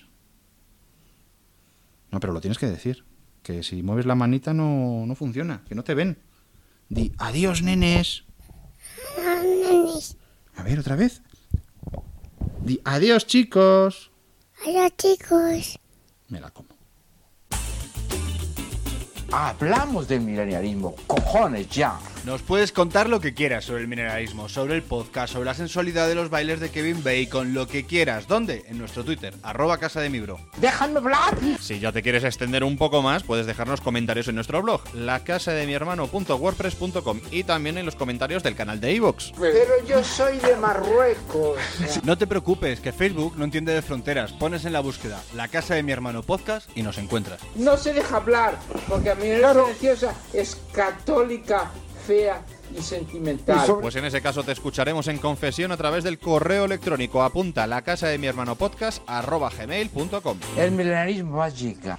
No, pero lo tienes que decir, que si mueves la manita no, no funciona, que no te ven. Di, adiós nenes. Ah, nenes. A ver, otra vez. Di, adiós chicos. Hola chicos. Me la como. Hablamos del milenialismo, cojones ya. Nos puedes contar lo que quieras sobre el mineralismo, sobre el podcast, sobre la sensualidad de los bailes de Kevin Bacon, lo que quieras. ¿Dónde? En nuestro Twitter, arroba casa de mi bro. ¡Déjame hablar! Si ya te quieres extender un poco más, puedes dejarnos comentarios en nuestro blog, la casa de mi hermano punto wordpress punto com, y también en los comentarios del canal de iVoox. Pero yo soy de Marruecos. No te preocupes, que Facebook no entiende de fronteras. Pones en la búsqueda la casa de mi hermano podcast y nos encuentras. No se deja hablar, porque a mí la silenciosa es católica, fea y sentimental. Pues en ese caso te escucharemos en confesión a través del correo electrónico. Apunta la casa de mi hermano podcast arroba gmail punto com. El milenarismo va a llegar.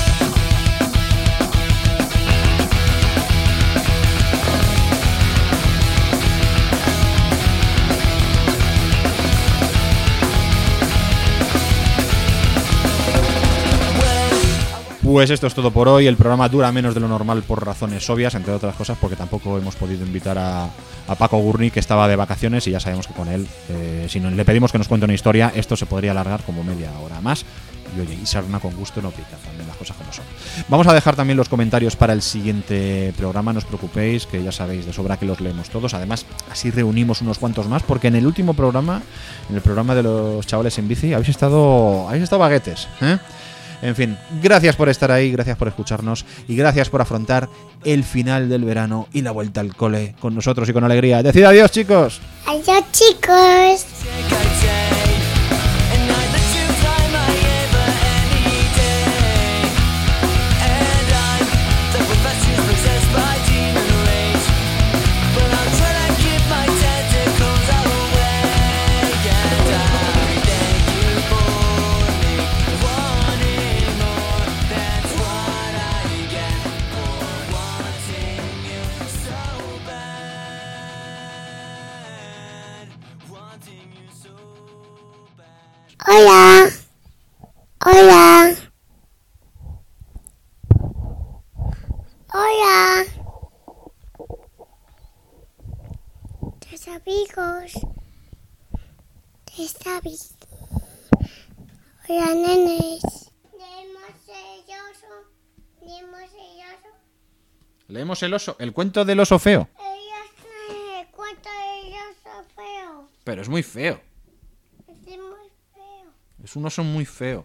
Pues esto es todo por hoy. El programa dura menos de lo normal por razones obvias, entre otras cosas porque tampoco hemos podido invitar a, a Paco Gurney, que estaba de vacaciones, y ya sabemos que con él, eh, si no, le pedimos que nos cuente una historia, esto se podría alargar como media hora más. Y oye, y sarna con gusto no pica, también las cosas como son. Vamos a dejar también los comentarios para el siguiente programa, no os preocupéis, que ya sabéis de sobra que los leemos todos. Además, así reunimos unos cuantos más, porque en el último programa, en el programa de los chavales en bici, habéis estado, habéis estado baguetes, ¿eh? En fin, gracias por estar ahí, gracias por escucharnos y gracias por afrontar el final del verano y la vuelta al cole con nosotros y con alegría. Decid adiós, chicos. Adiós chicos. Hola. Hola. Hola. Tus amigos. Te sabes. Hola, nenes. Leemos el oso. Leemos el oso. Leemos el oso, el cuento del oso feo. El cuento del oso feo. Pero es muy feo. Es muy feo. Es un oso muy feo.